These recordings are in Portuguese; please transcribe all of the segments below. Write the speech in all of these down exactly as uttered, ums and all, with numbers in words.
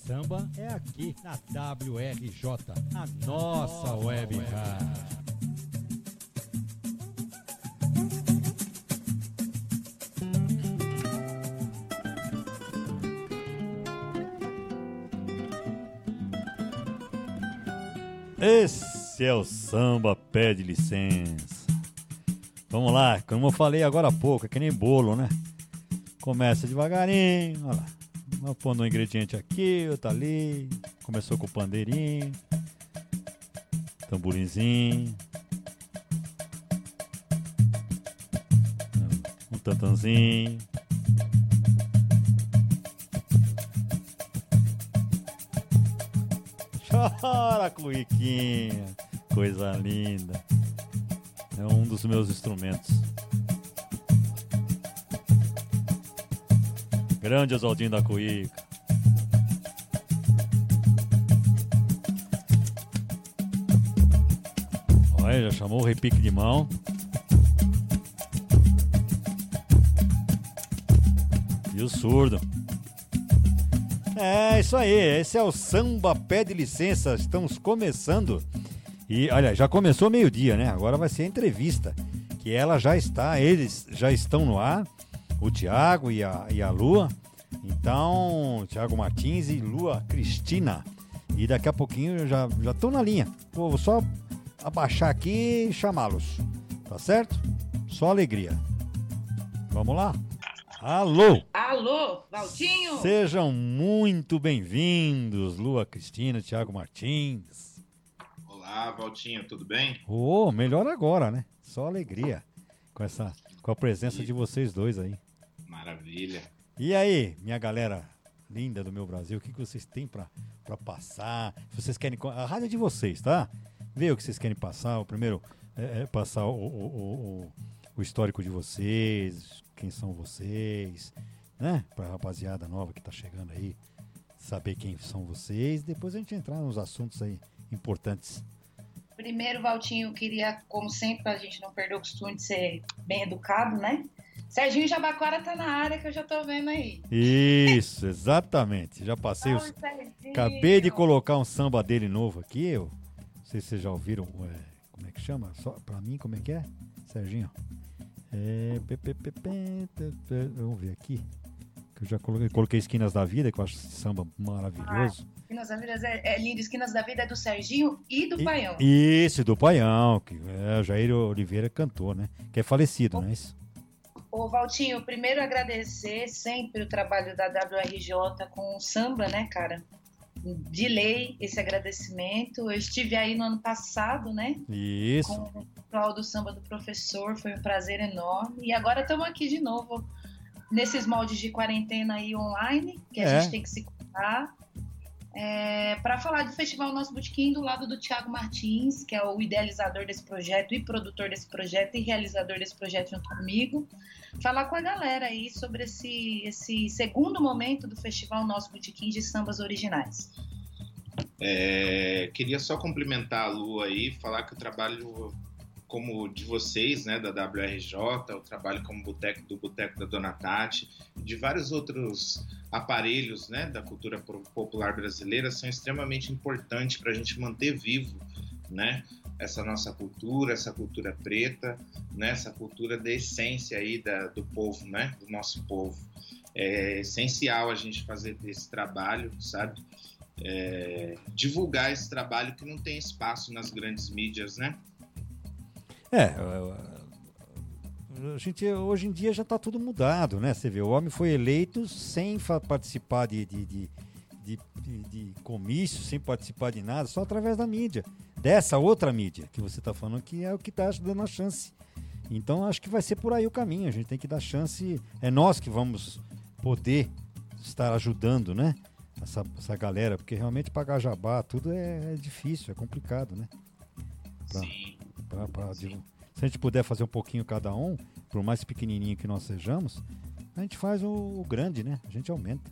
Samba é aqui na W R J, a nossa web rádio. Esse é o Samba Pede Licença. Vamos lá, como eu falei agora há pouco, é que nem bolo, né? Começa devagarinho, olha lá. Vai pondo um ingrediente aqui, outro ali. Começou com o pandeirinho, tamborinzinho, um tantanzinho. Chora, cuiquinha, coisa linda. É um dos meus instrumentos. Grande Oswaldinho da Cuíca. Olha, já chamou o repique de mão. E o surdo. É isso aí, esse é o Samba Pede Licença. Estamos começando. E olha, já começou meio-dia, né? Agora vai ser a entrevista. Que ela já está, eles já estão no ar. O Thiago e a, e a Lua. Então, Thiago Martins e Lua Cristina. E daqui a pouquinho eu já já estou na linha. Vou só abaixar aqui e chamá-los. Tá certo? Só alegria. Vamos lá? Alô! Alô, Valdinho! Sejam muito bem-vindos, Lua Cristina, Thiago Martins. Olá, Valdinho, tudo bem? Oh, melhor agora, né? Só alegria com essa, com a presença e... de vocês dois aí. Maravilha. E aí, minha galera linda do meu Brasil, o que, que vocês têm pra, pra passar? Se vocês querem... A rádio é de vocês, tá? Vê o que vocês querem passar. O primeiro é, é passar o, o, o, o histórico de vocês, quem são vocês, né? Pra rapaziada nova que tá chegando aí, saber quem são vocês. Depois a gente entrar nos assuntos aí importantes. Primeiro, Valtinho, eu queria, como sempre, a gente não perder o costume de ser bem educado, né? Serginho Jabaquara tá na área que eu já tô vendo aí. Isso, exatamente. Já passei os... Acabei de colocar um samba dele novo aqui. Eu não sei se vocês já ouviram. É, como é que chama? Só pra mim, como é que é? Serginho. É... Vamos ver aqui. Que eu já coloquei, coloquei Esquinas da Vida, que eu acho esse samba maravilhoso. Ah, Esquinas da Vida é, é lindo. Esquinas da Vida é do Serginho e do e, Paião. Isso, do Paião. Que é, o Jair Oliveira cantou, né? Que é falecido, não é isso? Ô, Valtinho, primeiro agradecer sempre o trabalho da W R J com o samba, né, cara? De lei, esse agradecimento. Eu estive aí no ano passado, né? Isso. Com o pessoal do Samba do Professor, foi um prazer enorme. E agora estamos aqui de novo, nesses moldes de quarentena aí online, que a é. gente tem que se cuidar. É, para falar do Festival Nosso Botequim, do lado do Thiago Martins, que é o idealizador desse projeto e produtor desse projeto e realizador desse projeto junto comigo. Falar com a galera aí sobre esse, esse segundo momento do Festival Nosso Botequim de Sambas Originais. É, queria só cumprimentar a Lu aí, falar que o trabalho como de vocês, né, da W R J, o trabalho como boteco do Boteco da Dona Tati, de vários outros aparelhos, né, da cultura popular brasileira, são extremamente importantes para a gente manter vivo, né, essa nossa cultura, essa cultura preta, né, essa cultura da essência aí da, do povo, né, do nosso povo. É essencial a gente fazer esse trabalho, sabe? É, divulgar esse trabalho que não tem espaço nas grandes mídias, né? É, a gente, hoje em dia já está tudo mudado, né? Você vê, o homem foi eleito sem participar de, de, de, de, de, de comício, sem participar de nada, só através da mídia. Dessa outra mídia que você está falando, que é o que está dando a chance. Então, acho que vai ser por aí o caminho. A gente tem que dar chance. É nós que vamos poder estar ajudando, né? Essa, essa galera, porque realmente pagar jabá, tudo é, é difícil, é complicado, né? Pra, Sim. Pra, pra, se a gente puder fazer um pouquinho cada um, por mais pequenininho que nós sejamos, a gente faz o, o grande, né? A gente aumenta.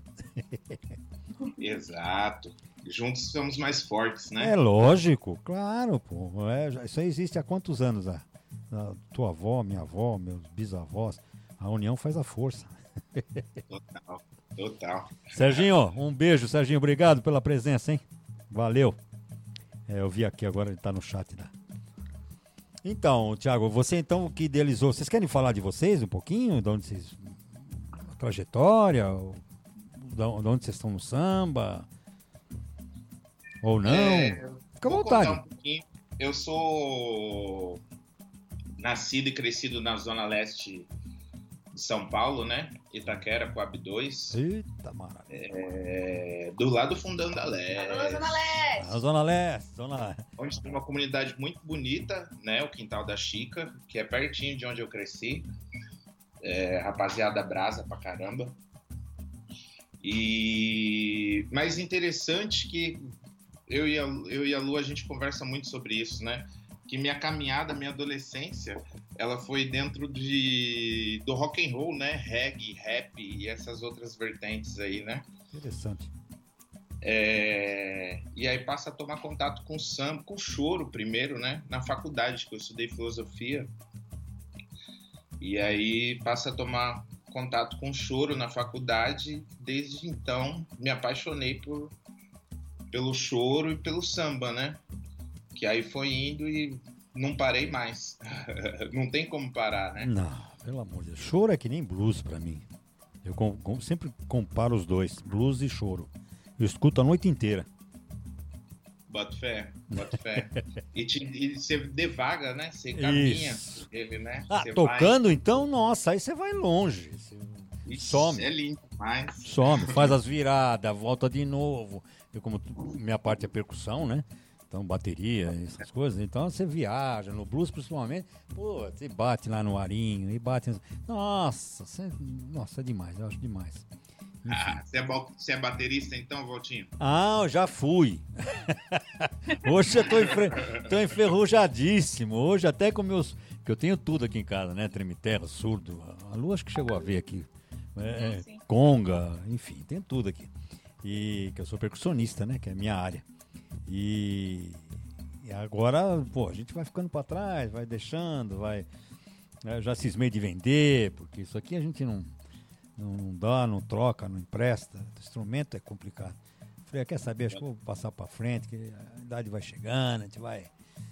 Exato. Juntos somos mais fortes, né? É lógico, claro, pô. É, isso aí existe há quantos anos? A, a tua avó, minha avó, meus bisavós. A união faz a força. Total. Total. Serginho, um beijo, Serginho. Obrigado pela presença, hein? Valeu. É, eu vi aqui agora, ele tá no chat, né? Então, Thiago, você então que idealizou... Vocês querem falar de vocês um pouquinho? De onde vocês... A trajetória? De onde vocês estão no samba? Ou não? É, Fica à vou vontade. contar um pouquinho. Eu sou nascido e crescido na Zona Leste de São Paulo, né? Itaquera, Coab dois. Eita, maravilha. É, do lado do Fundão da Leste. Alô, Zona Leste! A Zona Leste, Zona... Onde tem uma comunidade muito bonita, né? O Quintal da Chica, que é pertinho de onde eu cresci. É, rapaziada brasa pra caramba. E mais interessante que eu e, a, eu e a Lu, a gente conversa muito sobre isso, né? Que minha caminhada, minha adolescência, ela foi dentro de, do rock and roll, né? Reggae, rap e essas outras vertentes aí, né? Interessante. É, e aí passa a tomar contato com o samba, com o choro primeiro, né? Na faculdade, que eu estudei filosofia. E aí passa a tomar contato com o choro na faculdade. Desde então, me apaixonei por, pelo choro e pelo samba, né? Que aí foi indo e não parei mais. Não tem como parar, né? Não, pelo amor de Deus. Choro é que nem blues pra mim. Eu com, com, sempre comparo os dois, blues e choro. Eu escuto a noite inteira. Bota fé, bota fé. E, te, e você devaga, né? Você caminha Isso. ele, né? Ah, Você tocando então, nossa, aí você vai longe. Você vai... some. É lindo demais. Some, faz as viradas, volta de novo. Eu, como minha parte é percussão, né? Então, bateria, essas coisas. Então, você viaja, no blues principalmente. Pô, você bate lá no arinho e bate... Nossa, você... nossa, é demais, eu acho demais. Ah, você, é, você é baterista então, Valtinho? Ah, eu já fui. Hoje eu tô, enfer... tô enferrujadíssimo. Hoje até com meus... que eu tenho tudo aqui em casa, né? Tremiterra, surdo. A Lu acho que chegou a ver aqui. É, sim, sim. Conga, enfim, tem tudo aqui. E que eu sou percussionista, né? Que é a minha área. E, e agora, pô, a gente vai ficando pra trás, vai deixando, vai... Eu já cismei de vender, porque isso aqui a gente não... Não dá, não troca, não empresta. O instrumento é complicado. Falei, quer saber? Acho que vou passar pra frente, que a idade vai chegando, a gente vai.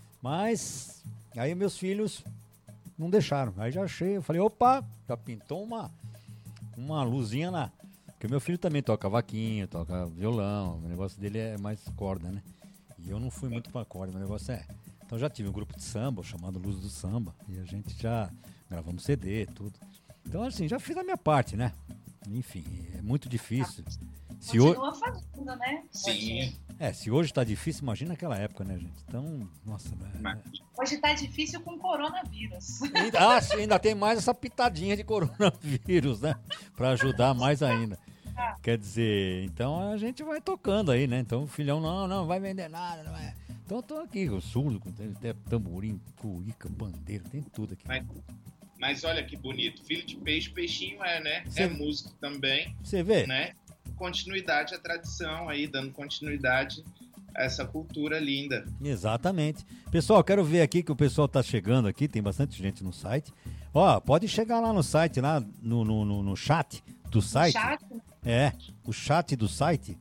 Mas aí meus filhos não deixaram. Aí já achei, eu falei, opa, já pintou uma, uma luzinha lá. Porque meu filho também toca vaquinha, toca violão. O negócio dele é mais corda, né? E eu não fui muito pra corda, meu negócio é. Então já tive um grupo de samba chamado Luz do Samba. E a gente já gravamos C D, tudo. Então, assim, já fiz a minha parte, né? Enfim, é muito difícil. Se Continua fazendo, né? Sim. É, se hoje tá difícil, imagina naquela época, né, gente? Então, nossa... É... Hoje tá difícil com coronavírus. Ainda, ah, sim, ainda tem mais essa pitadinha de coronavírus, né? Pra ajudar mais ainda. Ah. Quer dizer, então a gente vai tocando aí, né? Então o filhão, não, não vai vender nada, não é... Então eu tô aqui, o surdo, tem, tem tamborim, cuíca, bandeira, tem tudo aqui. Mas... Mas olha que bonito, filho de peixe, peixinho é, né? Cê, é músico também. Você vê? Né? Continuidade à tradição aí, dando continuidade a essa cultura linda. Exatamente. Pessoal, quero ver aqui que o pessoal tá chegando aqui, tem bastante gente no site. Ó, pode chegar lá no site, lá no, no, no, no chat do site. Chat? É, o chat do site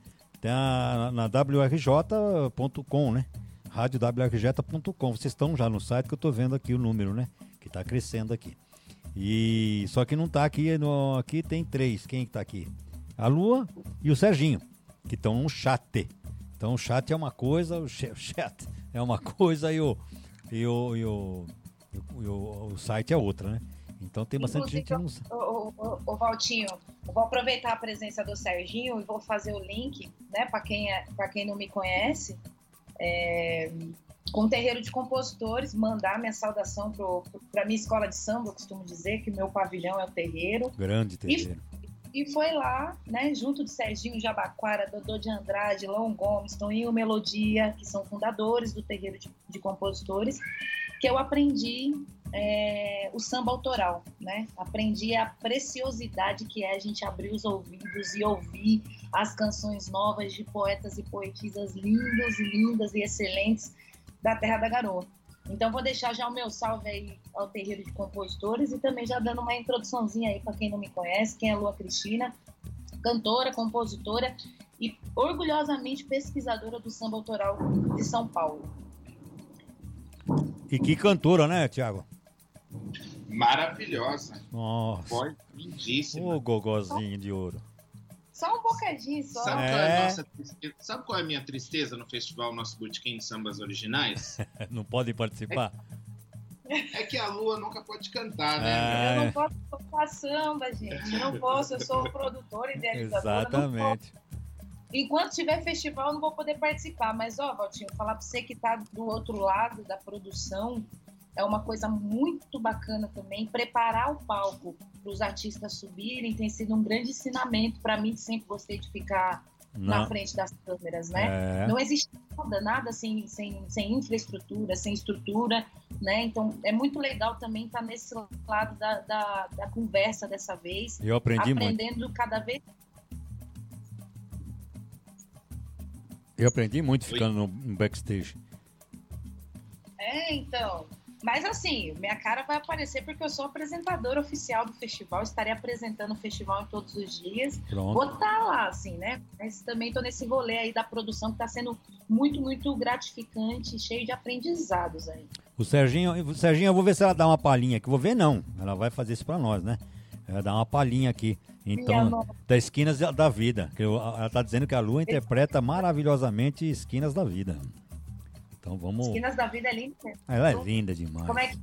tá na w r j ponto com, né? rádio w r j ponto com. Vocês estão já no site que eu tô vendo aqui o número, né? Que tá crescendo aqui. E só que não tá aqui, no, aqui tem três. Quem que tá aqui? A Lua e o Serginho, que estão no chat. Então o chat é uma coisa, o chat é uma coisa e o, e o, e o, e o, o site é outra, né? Então tem bastante Inclusive, gente no... O, o, o Valtinho, eu vou aproveitar a presença do Serginho e vou fazer o link, né, para quem, é, para quem não me conhece, é... com o Terreiro de Compositores, mandar minha saudação para a minha escola de samba, eu costumo dizer que o meu pavilhão é o terreiro. Grande terreiro. E, e foi lá, né, junto de Serginho Jabaquara, Dodô de Andrade, Lão Gomes, Toninho Melodia, que são fundadores do Terreiro de, de Compositores, que eu aprendi é, o samba autoral, né? Aprendi a preciosidade que é a gente abrir os ouvidos e ouvir as canções novas de poetas e poetisas lindos e lindas e excelentes da Terra da Garoa. Então vou deixar já o meu salve aí ao Terreiro de Compositores e também já dando uma introduçãozinha aí para quem não me conhece, quem é a Lua Cristina. cantora, compositora e orgulhosamente pesquisadora do samba autoral de São Paulo. E que cantora, né, Thiago? Maravilhosa. Nossa. Voz lindíssima. Ô, gogozinho de ouro. Só um bocadinho, só. Sabe, É. qual é a nossa tristeza? Sabe qual é a minha tristeza no festival Nosso Botequim de Sambas Originais? Não podem participar? É que a Lua nunca pode cantar, É. né? Eu não posso tocar samba, gente. Eu não posso, eu sou produtora e idealizadora. Não Exatamente. posso. Enquanto tiver festival, eu não vou poder participar. Mas, ó, Valtinho, falar pra você que tá do outro lado da produção é uma coisa muito bacana também. Preparar o palco para os artistas subirem tem sido um grande ensinamento para mim, que sempre gostei de ficar Não. na frente das câmeras, né? É. Não existe nada, nada sem, sem, sem infraestrutura, sem estrutura, né? Então, é muito legal também estar nesse lado da, da, da conversa dessa vez. Eu aprendi muito. Aprendendo cada vez. Eu aprendi muito ficando no, no backstage. É, então. Mas assim, minha cara vai aparecer porque eu sou apresentadora oficial do festival, estarei apresentando o festival em todos os dias. Pronto. Vou estar lá, assim, né? Mas também tô nesse rolê aí da produção que está sendo muito, muito gratificante, cheio de aprendizados aí. O Serginho, o Serginho, eu vou ver se ela dá uma palhinha aqui. Vou ver não. Ela vai fazer isso pra nós, né? Ela dá uma palhinha aqui. Então, da Esquinas da Vida. Que eu, ela tá dizendo que a Lua interpreta maravilhosamente Esquinas da Vida. Então vamos. Esquinas da Vida é linda. Ela é linda demais. Como é que.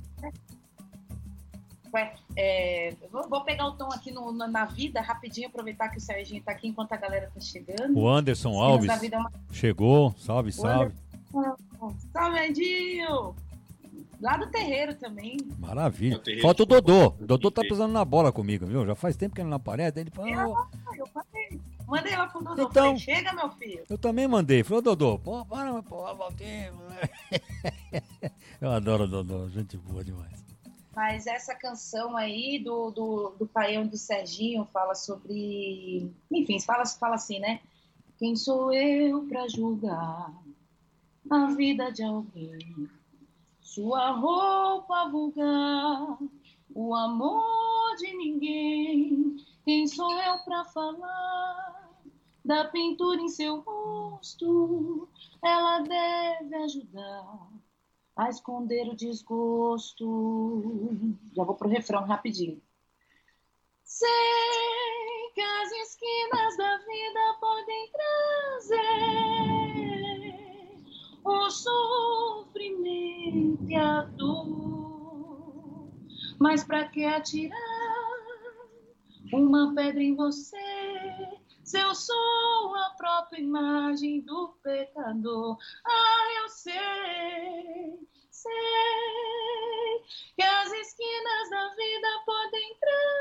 Ué, é, eu vou, vou pegar o tom aqui no, na, na vida, rapidinho, aproveitar que o Serginho tá aqui enquanto a galera tá chegando. O Anderson Esquinas Alves da Vida é uma... chegou. Salve, salve. Salve, Andinho! Lá do terreiro também. Maravilha. O terreiro Falta o de Dodô. futebol. O Dodô tá pisando na bola comigo, viu? Já faz tempo que ele não aparece. Ele fala, Eu, "Ô, eu mandei, mandei lá pro Dodô. Então- Falei, chega, meu filho. eu também mandei. Falei, ô Dodô, pô, para, pô, Valtinho. Eu adoro o Dodô, gente boa demais. Mas essa canção aí do, do, do Paião do Serginho fala sobre... Enfim, fala, fala assim, né? Quem sou eu pra julgar a vida de alguém? Sua roupa vulgar, o amor de ninguém. Quem sou eu pra falar da pintura em seu rosto? Ela deve ajudar a esconder o desgosto. Já vou pro refrão rapidinho. Sei que as esquinas da vida podem trazer o sofrimento e a dor, mas pra que atirar uma pedra em você, se eu sou a própria imagem do pecador? Ah, eu sei, sei que as esquinas da vida podem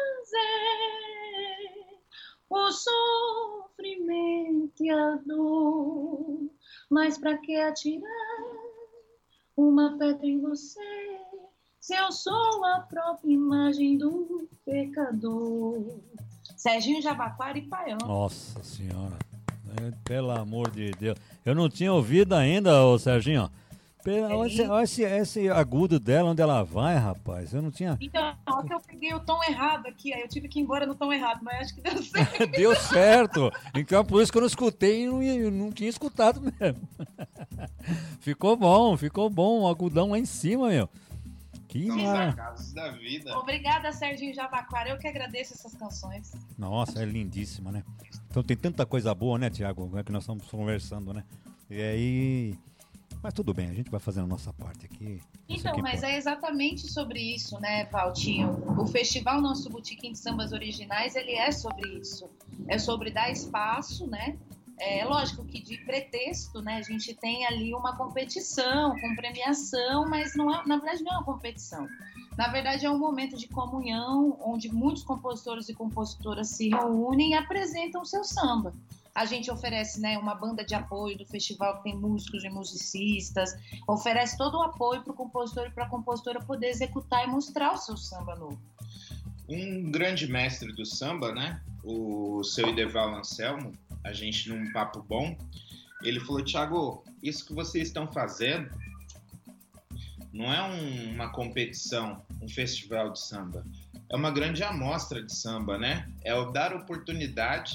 trazer o sofrimento e a dor, mas pra que atirar uma pedra em você, se eu sou a própria imagem do pecador? Serginho Jabaquara e Paião. Nossa senhora. É, pelo amor de Deus. Eu não tinha ouvido ainda, ô Serginho. Pela, olha esse, olha esse, esse agudo dela, onde ela vai, rapaz. Eu não tinha. Então, só que eu peguei o tom errado aqui, aí eu tive que ir embora no tom errado, mas acho que deu certo. Deu certo. Então por isso que eu não escutei e não, ia- não tinha escutado mesmo. Ficou bom, ficou bom. Um agudão lá em cima, meu. Que São os mara... acasos da vida. Obrigada, Serginho Jabaquara. Eu que agradeço essas canções. Nossa, é lindíssima, né? Então tem tanta coisa boa, né, Tiago? É que nós estamos conversando, né? E aí. Mas tudo bem, a gente vai fazendo a nossa parte aqui. Isso Então, aqui mas importa. é exatamente sobre isso, né, Valtinho? O Festival Nosso Botequim de Sambas Originais, ele é sobre isso. É sobre dar espaço, né? É lógico que de pretexto, né, a gente tem ali uma competição com premiação, mas não é, na verdade não é uma competição. Na verdade é um momento de comunhão, onde muitos compositores e compositoras se reúnem e apresentam o seu samba. A gente oferece, né, uma banda de apoio do festival que tem músicos e musicistas, oferece todo o apoio para o compositor e para a compositora poder executar e mostrar o seu samba novo. Um grande mestre do samba, né? O seu Ideval Anselmo, a gente num papo bom, ele falou: Thiago, isso que vocês estão fazendo não é um- uma competição, um festival de samba. É uma grande amostra de samba, né? É o dar oportunidade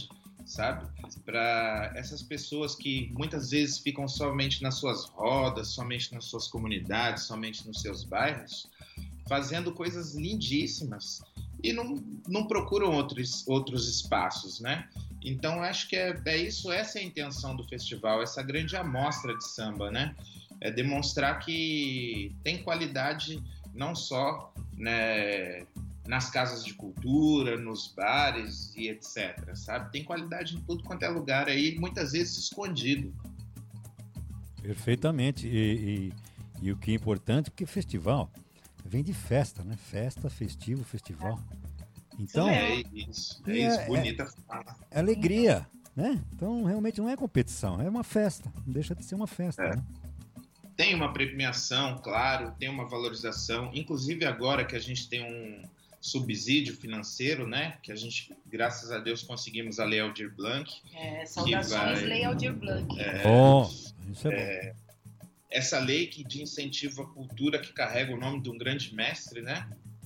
sabe? Para essas pessoas que muitas vezes ficam somente nas suas rodas, somente nas suas comunidades, somente nos seus bairros, fazendo coisas lindíssimas e não, não procuram outros, outros espaços, né? Então, acho que é, é isso, essa é a intenção do festival, essa grande amostra de samba, né? É demonstrar que tem qualidade não só, né, nas casas de cultura, nos bares e etcétera, sabe? Tem qualidade em tudo quanto é lugar aí, muitas vezes escondido. Perfeitamente. E, e, e o que é importante, porque festival vem de festa, né? Festa, festivo, festival. Então, é isso, é, é isso, bonita fala. É alegria, né? Então, realmente não é competição, é uma festa. Não deixa de ser uma festa, é. né? Tem uma premiação, claro, tem uma valorização. Inclusive agora que a gente tem um subsídio financeiro, né? Que a gente, graças a Deus, conseguimos a Lei Aldir Blanc. É, saudações, vai... Lei Aldir Blanc. É, oh, isso é, é bom. Essa lei que de incentivo à cultura, que carrega o nome de um grande mestre, né?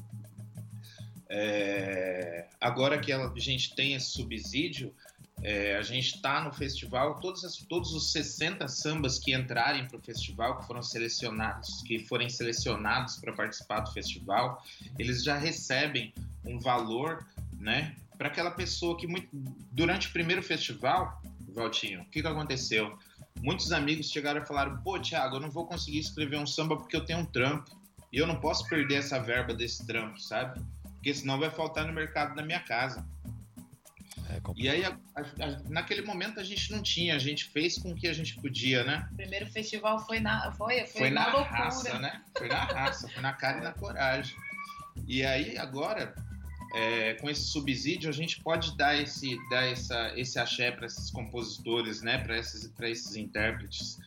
É, agora que a gente tem esse subsídio, é, a gente está no festival, todos, as, todos os sessenta sambas que entrarem para o festival, que foram selecionados, que forem selecionados para participar do festival, eles já recebem um valor, né, para aquela pessoa que muito, durante o primeiro festival, Valtinho, o que, que aconteceu? Muitos amigos chegaram e falaram: pô, Thiago, eu não vou conseguir escrever um samba porque eu tenho um trampo e eu não posso perder essa verba desse trampo, sabe? Porque senão vai faltar no mercado da minha casa. É e aí, a, a, a, naquele momento, a gente não tinha, a gente fez com o que a gente podia, né? O primeiro festival foi na, foi, foi foi na, na loucura. raça, né? Foi na raça, foi na cara e na coragem. E aí, agora, é, com esse subsídio, a gente pode dar esse, dar essa, esse axé para esses compositores, né? Para esses, para esses intérpretes.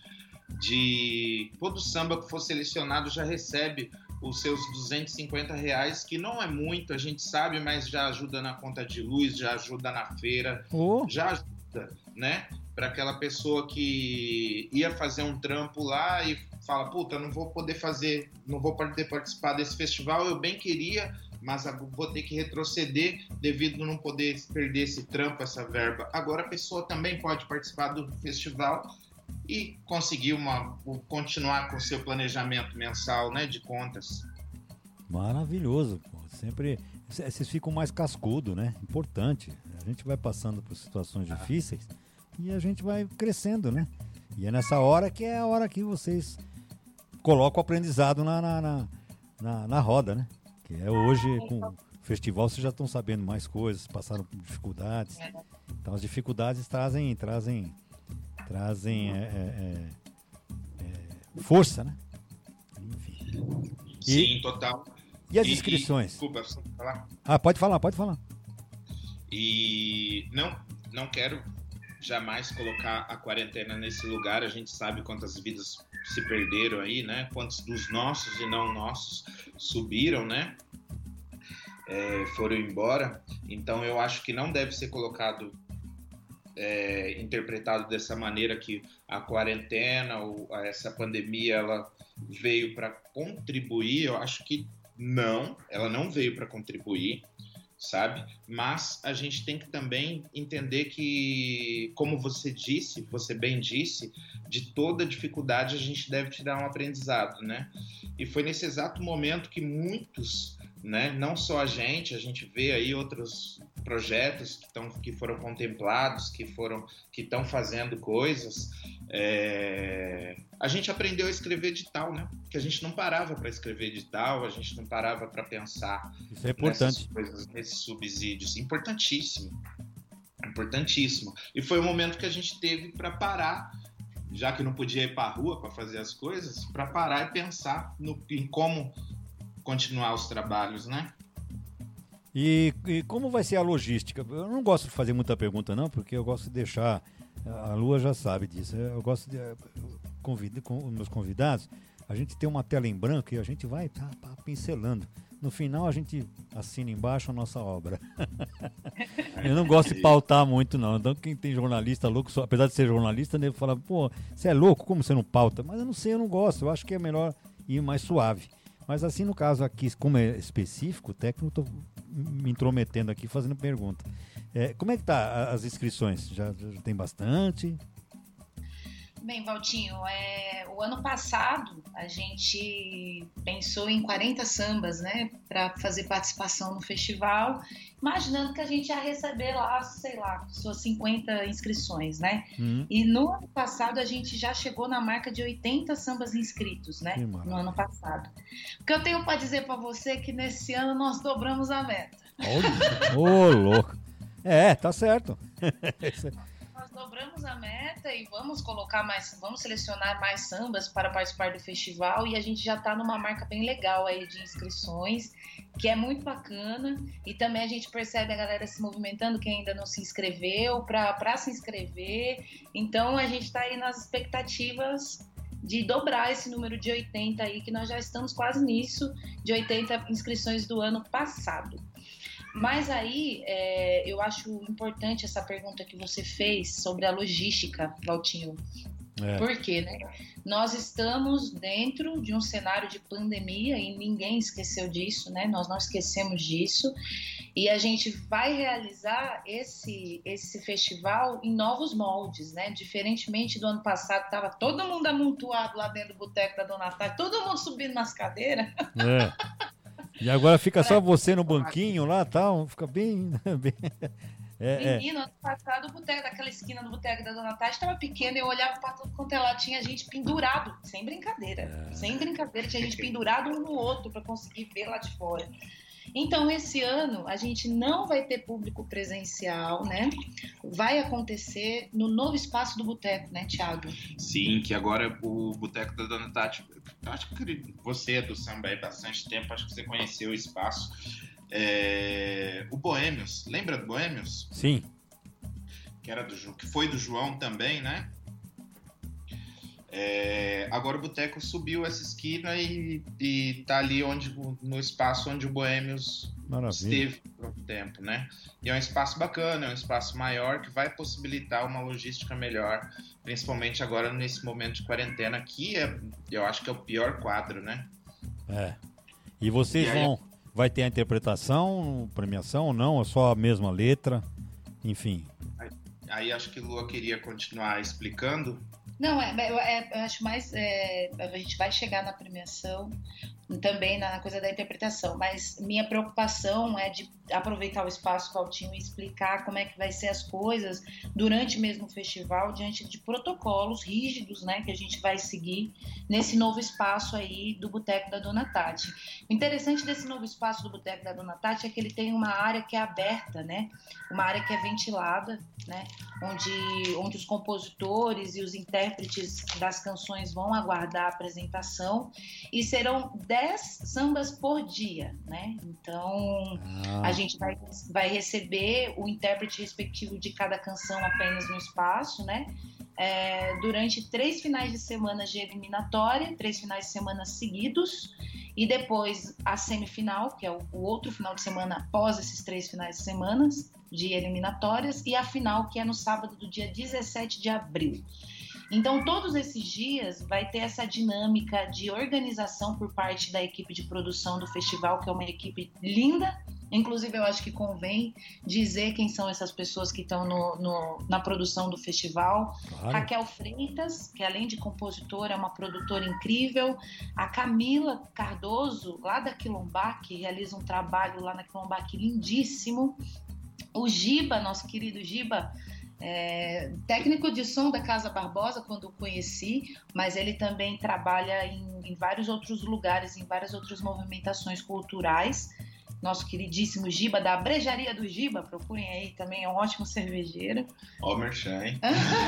De todo samba que for selecionado já recebe os seus duzentos e cinquenta reais, que não é muito, a gente sabe, mas já ajuda na conta de luz, já ajuda na feira, oh. já ajuda, né? Para aquela pessoa que ia fazer um trampo lá e fala: puta, não vou poder fazer, não vou poder participar desse festival, eu bem queria, mas vou ter que retroceder devido a não poder perder esse trampo, essa verba. Agora a pessoa também pode participar do festival e conseguir uma, continuar com o seu planejamento mensal, né, de contas. Maravilhoso, pô. Sempre vocês ficam mais cascudo, né? Importante. A gente vai passando por situações ah. difíceis e a gente vai crescendo, né? E é nessa hora que é a hora que vocês colocam o aprendizado na, na, na, na, na roda, né? Que é hoje, com o festival, vocês já estão sabendo mais coisas, passaram por dificuldades. Então as dificuldades trazem... trazem trazem é, é, é, força, né? Enfim. Sim, e, total. E as e, inscrições? E, desculpa, você falar? Ah, pode falar, pode falar. E não, não quero jamais colocar a quarentena nesse lugar. A gente sabe quantas vidas se perderam aí, né? Quantos dos nossos e não nossos subiram, né? É, foram embora. Então eu acho que não deve ser colocado É, interpretado dessa maneira, que a quarentena ou essa pandemia ela veio para contribuir. Eu acho que não, ela não veio para contribuir, sabe? Mas a gente tem que também entender que, como você disse, você bem disse, de toda dificuldade a gente deve tirar um aprendizado, né? E foi nesse exato momento que muitos, né, não só a gente, a gente vê aí outros projetos que, tão, que foram contemplados, que foram, que estão fazendo coisas. É... A gente aprendeu a escrever edital, né? Que a gente não parava para escrever edital, a gente não parava para pensar. Isso é importante. Nessas coisas, nesses subsídios. Importantíssimo. Importantíssimo. E foi o momento que a gente teve para parar, já que não podia ir para a rua para fazer as coisas, para parar e pensar no, em como continuar os trabalhos, né? E, e como vai ser a logística? Eu não gosto de fazer muita pergunta, não, porque eu gosto de deixar... A Lua já sabe disso. Eu gosto de... Convido, com os meus convidados, a gente tem uma tela em branco e a gente vai tá, tá, pincelando. No final, a gente assina embaixo a nossa obra. Eu não gosto de pautar muito, não. Então, quem tem jornalista louco, só, apesar de ser jornalista, deve falar: pô, você é louco, como você não pauta? Mas eu não sei, eu não gosto. Eu acho que é melhor ir mais suave. Mas assim, no caso aqui, como é específico, o técnico, estou me intrometendo aqui, fazendo pergunta. É, como é que tá as inscrições? Já, já tem bastante? Bem, Valtinho, é, o ano passado a gente pensou em quarenta sambas, né, para fazer participação no festival, imaginando que a gente ia receber lá, sei lá, suas cinquenta inscrições, né? Hum. E no ano passado a gente já chegou na marca de oitenta sambas inscritos, né? No ano passado. O que eu tenho para dizer para você é que nesse ano nós dobramos a meta. Ô, oh, louco! É, tá certo. Nós dobramos a meta e vamos colocar mais, vamos selecionar mais sambas para participar do festival e a gente já está numa marca bem legal aí de inscrições, que é muito bacana, e também a gente percebe a galera se movimentando, quem ainda não se inscreveu, para se inscrever. Então a gente está aí nas expectativas de dobrar esse número de oitenta aí, que nós já estamos quase nisso, de oitenta inscrições do ano passado. Mas aí, é, eu acho importante essa pergunta que você fez sobre a logística, Valtinho. É. Por quê, né? Nós estamos dentro de um cenário de pandemia e ninguém esqueceu disso, né? Nós não esquecemos disso. E a gente vai realizar esse, esse festival em novos moldes, né? Diferentemente do ano passado, estava todo mundo amontoado lá dentro do boteco da Dona Tati, todo mundo subindo nas cadeiras. É. E agora fica só você no banquinho lá, tal, fica bem... bem... É, Menino, é. ano passado o boteco daquela esquina do boteco da Dona Tati estava pequeno, eu olhava para tudo quanto ela tinha gente pendurado, sem brincadeira, é. sem brincadeira, tinha gente pendurado um no outro para conseguir ver lá de fora. Então, esse ano, a gente não vai ter público presencial, né? Vai acontecer no novo espaço do boteco, né, Thiago? Sim, que agora o boteco da Dona Tati, acho que você é do samba há bastante tempo, acho que você conheceu o espaço. É, o Boêmios, lembra do Boêmios? Sim. Que, era do, que foi do João também, né? É, agora o boteco subiu essa esquina e, e tá ali onde, no espaço onde o Boêmios esteve por um tempo, né? E é um espaço bacana, é um espaço maior que vai possibilitar uma logística melhor, principalmente agora nesse momento de quarentena, que é, eu acho que é o pior quadro, né? É. E vocês e aí, vão... Vai ter a interpretação, premiação ou não? É só a mesma letra? Enfim. Aí, aí acho que Lua queria continuar explicando. Não, é, é, eu acho mais... É, a gente vai chegar na premiação, também na coisa da interpretação, mas minha preocupação é de aproveitar o espaço, Valtinho, e explicar como é que vai ser as coisas durante mesmo o festival, diante de protocolos rígidos, né, que a gente vai seguir nesse novo espaço aí do Boteco da Dona Tati. O interessante desse novo espaço do Boteco da Dona Tati é que ele tem uma área que é aberta, né, uma área que é ventilada, né, onde, onde os compositores e os intérpretes das canções vão aguardar a apresentação, e serão dez sambas por dia, né? Então, ah. a gente vai, vai receber o intérprete respectivo de cada canção apenas no espaço, né? É, durante três finais de semana de eliminatória, três finais de semana seguidos, e depois a semifinal, que é o, o outro final de semana após esses três finais de semana de eliminatórias, e a final, que é no sábado do dia dezessete de abril. Então, todos esses dias vai ter essa dinâmica de organização por parte da equipe de produção do festival, que é uma equipe linda. Inclusive, eu acho que convém dizer quem são essas pessoas que estão no, no, na produção do festival. Claro. Raquel Freitas, que além de compositora, é uma produtora incrível. A Camila Cardoso, lá da Quilombac, que realiza um trabalho lá na Quilombac lindíssimo. O Giba, nosso querido Giba, É, técnico de som da Casa Barbosa, quando o conheci, mas ele também trabalha em, em vários outros lugares, em várias outras movimentações culturais. Nosso queridíssimo Giba, da Brejaria do Giba, procurem aí, também é um ótimo cervejeiro. Ó, merchan, hein?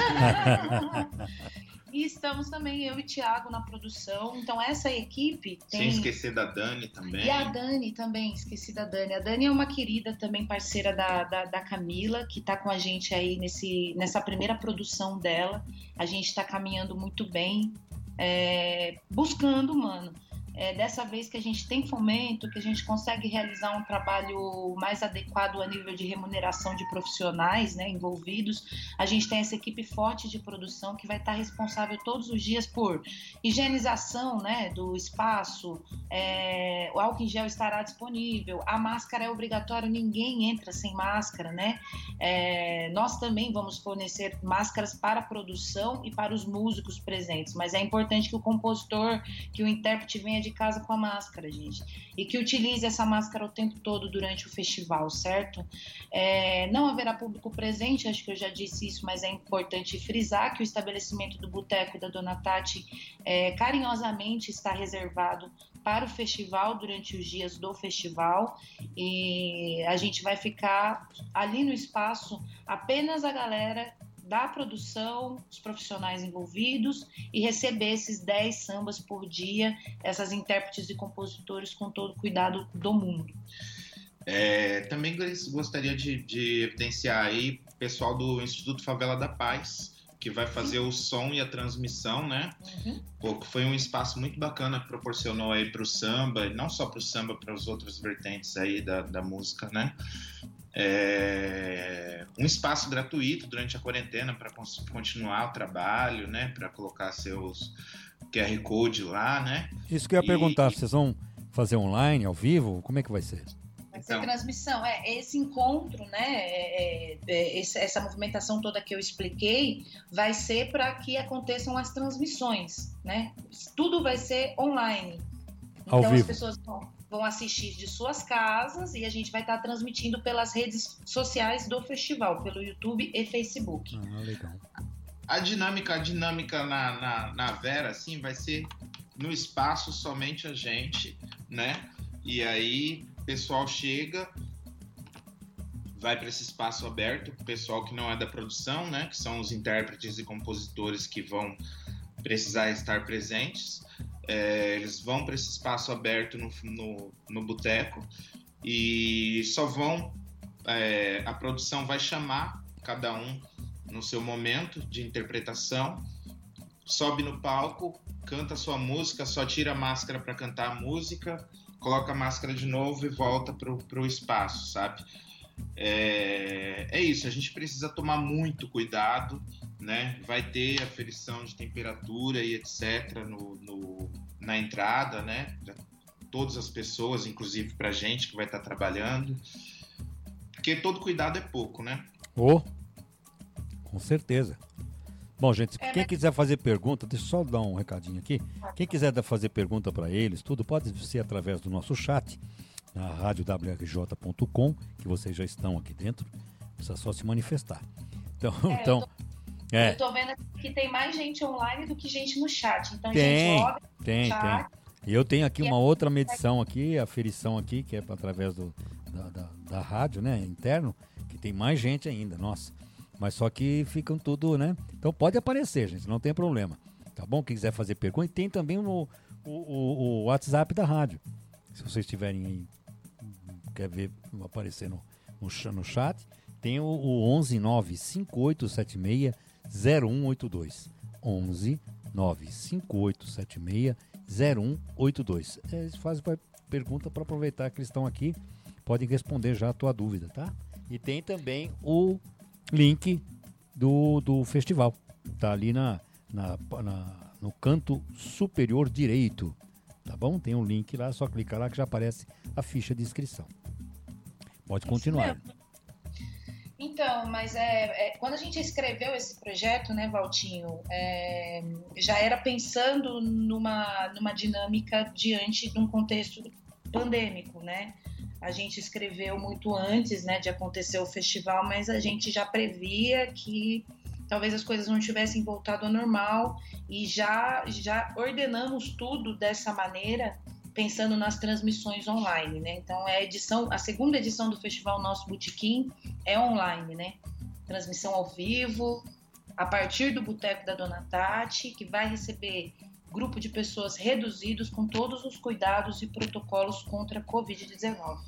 E estamos também, eu e Thiago, na produção. Então, essa equipe tem... Sem esquecer da Dani também. E a Dani também, esqueci da Dani. A Dani é uma querida também, parceira da, da, da Camila, que está com a gente aí nesse, nessa primeira produção dela. A gente está caminhando muito bem, é, buscando, mano, É, dessa vez que a gente tem fomento, que a gente consegue realizar um trabalho mais adequado a nível de remuneração de profissionais, né, envolvidos, a gente tem essa equipe forte de produção que vai estar responsável todos os dias por higienização, né, do espaço, é, o álcool em gel estará disponível, a máscara é obrigatória, ninguém entra sem máscara, né? É, nós também vamos fornecer máscaras para a produção e para os músicos presentes, mas é importante que o compositor, que o intérprete venha de casa com a máscara, gente, e que utilize essa máscara o tempo todo durante o festival, certo? É, não haverá público presente, acho que eu já disse isso, mas é importante frisar que o estabelecimento do Boteco e da Dona Tati é, carinhosamente está reservado para o festival, durante os dias do festival, e a gente vai ficar ali no espaço apenas a galera da produção, os profissionais envolvidos, e receber esses dez sambas por dia, essas intérpretes e compositores com todo o cuidado do mundo. É, também gostaria de, de evidenciar aí o pessoal do Instituto Favela da Paz, que vai fazer o som e a transmissão, né? Uhum. Pô, foi um espaço muito bacana que proporcionou aí para o samba, não só para o samba, para as outras vertentes aí da, da música, né? É, um espaço gratuito durante a quarentena para continuar o trabalho, né? Para colocar seus Q R Code lá, né? Isso que eu ia e, perguntar, vocês vão fazer online, ao vivo? Como é que vai ser? Vai ser então, transmissão, é, esse encontro, né, é, é, essa movimentação toda que eu expliquei, vai ser para que aconteçam as transmissões, né? Tudo vai ser online. Ao então vivo. As pessoas vão, vão assistir de suas casas e a gente vai estar transmitindo pelas redes sociais do festival, pelo YouTube e Facebook. Ah, legal. A dinâmica, a dinâmica na, na, na Vera, assim, vai ser no espaço somente a gente, né? E aí o pessoal chega, vai para esse espaço aberto, o pessoal que não é da produção, né? Que são os intérpretes e compositores que vão precisar estar presentes. É, eles vão para esse espaço aberto no, no, no boteco e só vão... É, a produção vai chamar cada um no seu momento de interpretação, sobe no palco, canta a sua música, só tira a máscara para cantar a música, coloca a máscara de novo e volta pro, pro espaço, sabe? É, é isso, a gente precisa tomar muito cuidado, né? Vai ter aferição de temperatura e etcétera no, no, na entrada, né? Todas as pessoas, inclusive pra gente que vai estar trabalhando, porque todo cuidado é pouco, né? Oh, com certeza. Bom, gente, quem quiser fazer pergunta, deixa eu só dar um recadinho aqui. Quem quiser fazer pergunta para eles, tudo pode ser através do nosso chat, na rádio w r j ponto com, que vocês já estão aqui dentro. Precisa só se manifestar. Então, é, então eu, tô, é. eu tô vendo que tem mais gente online do que gente no chat. Então, tem, gente, logo tem, chat. tem. E eu tenho aqui uma outra medição aqui, aferição aqui, que é através do, da, da, da rádio, né, interno, que tem mais gente ainda, nossa. Mas só que ficam tudo, né? Então pode aparecer, gente, não tem problema. Tá bom? Quem quiser fazer pergunta, e tem também o, o, o, o WhatsApp da rádio. Se vocês tiverem aí, quer ver aparecer no, no, no chat, tem o, o onze nove cinco oito sete seis zero um oito dois. onze nove cinco oito sete seis zero um oito dois. Eles fazem pergunta para aproveitar que eles estão aqui. Podem responder já a tua dúvida, tá? E tem também o link do, do festival. Tá ali na, na, na, no canto superior direito. Tá bom? Tem um link lá, só clicar lá que já aparece a ficha de inscrição. Pode continuar. Então, mas é, é, quando a gente escreveu esse projeto, né, Valtinho, é, já era pensando numa, numa dinâmica diante de um contexto pandêmico, né? A gente escreveu muito antes, né, de acontecer o festival, mas a gente já previa que talvez as coisas não tivessem voltado ao normal e já, já ordenamos tudo dessa maneira, pensando nas transmissões online, né? Então, a edição, a segunda edição do Festival Nosso Botequim é online, né? Transmissão ao vivo, a partir do Boteco da Dona Tati, que vai receber grupo de pessoas reduzidos com todos os cuidados e protocolos contra a covid dezenove.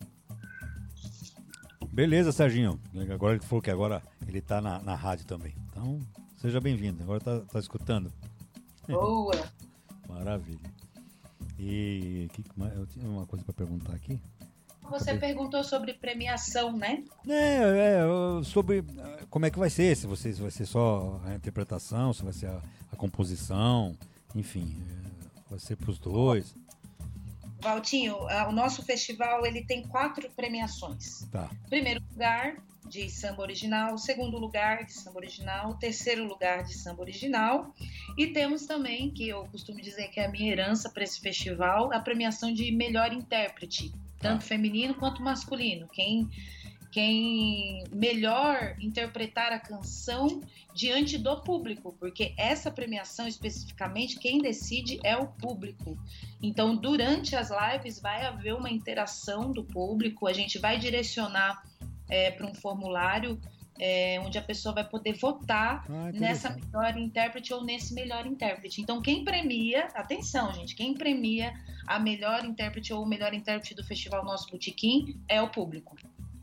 Beleza, Serginho. Agora ele falou que agora ele está na, na rádio também. Então, seja bem-vindo. Agora está tá escutando. Boa! Maravilha. E que, eu tinha uma coisa para perguntar aqui. Você Acabei... perguntou sobre premiação, né? É, é, sobre como é que vai ser, se, você, se vai ser só a interpretação, se vai ser a, a composição, enfim, vai ser para os dois. Valtinho, o nosso festival ele tem quatro premiações. Tá. Primeiro lugar de samba original, segundo lugar de samba original, terceiro lugar de samba original, e temos também, que eu costumo dizer que é a minha herança para esse festival, a premiação de melhor intérprete, tanto ah. feminino quanto masculino. Quem, quem melhor interpretar a canção diante do público, porque essa premiação especificamente, quem decide é o público. Então, durante as lives vai haver uma interação do público, a gente vai direcionar É, para um formulário é, onde a pessoa vai poder votar ah, nessa melhor intérprete ou nesse melhor intérprete. Então, quem premia, atenção, gente, quem premia a melhor intérprete ou o melhor intérprete do Festival Nosso Botequim é o público.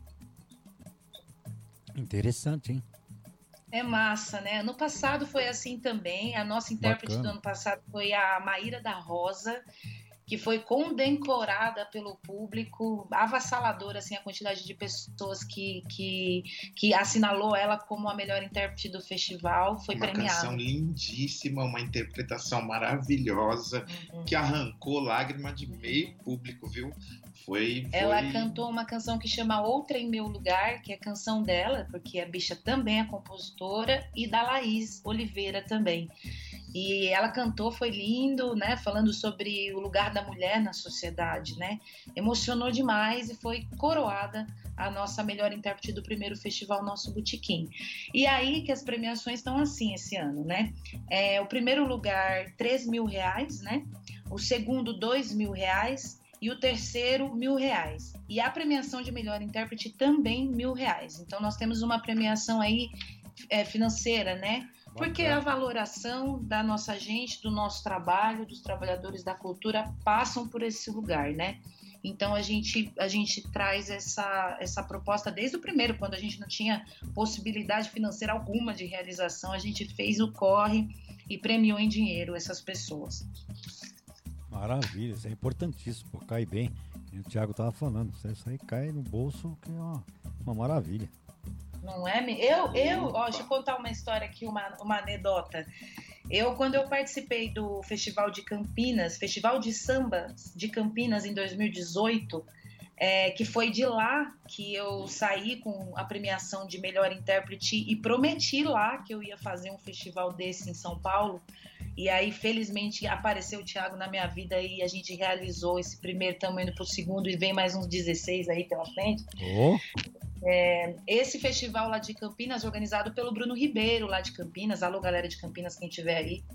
Interessante, hein? É massa, né? No passado foi assim também. A nossa intérprete Bacana. do ano passado foi a Maíra da Rosa, que foi condecorada pelo público, avassaladora assim, a quantidade de pessoas que, que, que assinalou ela como a melhor intérprete do festival, foi uma premiada. Uma canção lindíssima, uma interpretação maravilhosa, uhum. que arrancou lágrima de meio público, viu? Foi, foi... Ela cantou uma canção que chama Outra em Meu Lugar, que é a canção dela, porque a bicha também é compositora, e da Laís Oliveira também. E ela cantou, foi lindo, né? Falando sobre o lugar da mulher na sociedade, né? Emocionou demais e foi coroada a nossa melhor intérprete do primeiro festival Nosso Botequim. E aí que as premiações estão assim esse ano, né? É, o primeiro lugar, três mil reais, né? O segundo, dois mil reais. E o terceiro, mil reais. E a premiação de melhor intérprete também mil reais. Então nós temos uma premiação aí é, financeira, né? Porque a valoração da nossa gente, do nosso trabalho, dos trabalhadores da cultura passam por esse lugar, né? Então a gente, a gente traz essa, essa proposta desde o primeiro, quando a gente não tinha possibilidade financeira alguma de realização, a gente fez o corre e premiou em dinheiro essas pessoas. Maravilha, isso é importantíssimo, pô, cai bem. O Thiago estava falando, isso aí cai no bolso, que é uma, uma maravilha. Não é? Eu, eu ó, deixa eu contar uma história aqui, uma, uma anedota. Eu, quando eu participei do Festival de Campinas, Festival de Samba de Campinas em dois mil e dezoito, é, que foi de lá que eu saí com a premiação de melhor intérprete e prometi lá que eu ia fazer um festival desse em São Paulo. E aí, felizmente, apareceu o Thiago na minha vida e a gente realizou esse primeiro, estamos indo para o segundo e vem mais uns dezesseis aí pela frente. Oh. É, esse festival lá de Campinas, organizado pelo Bruno Ribeiro, lá de Campinas. Alô, galera de Campinas, quem estiver aí.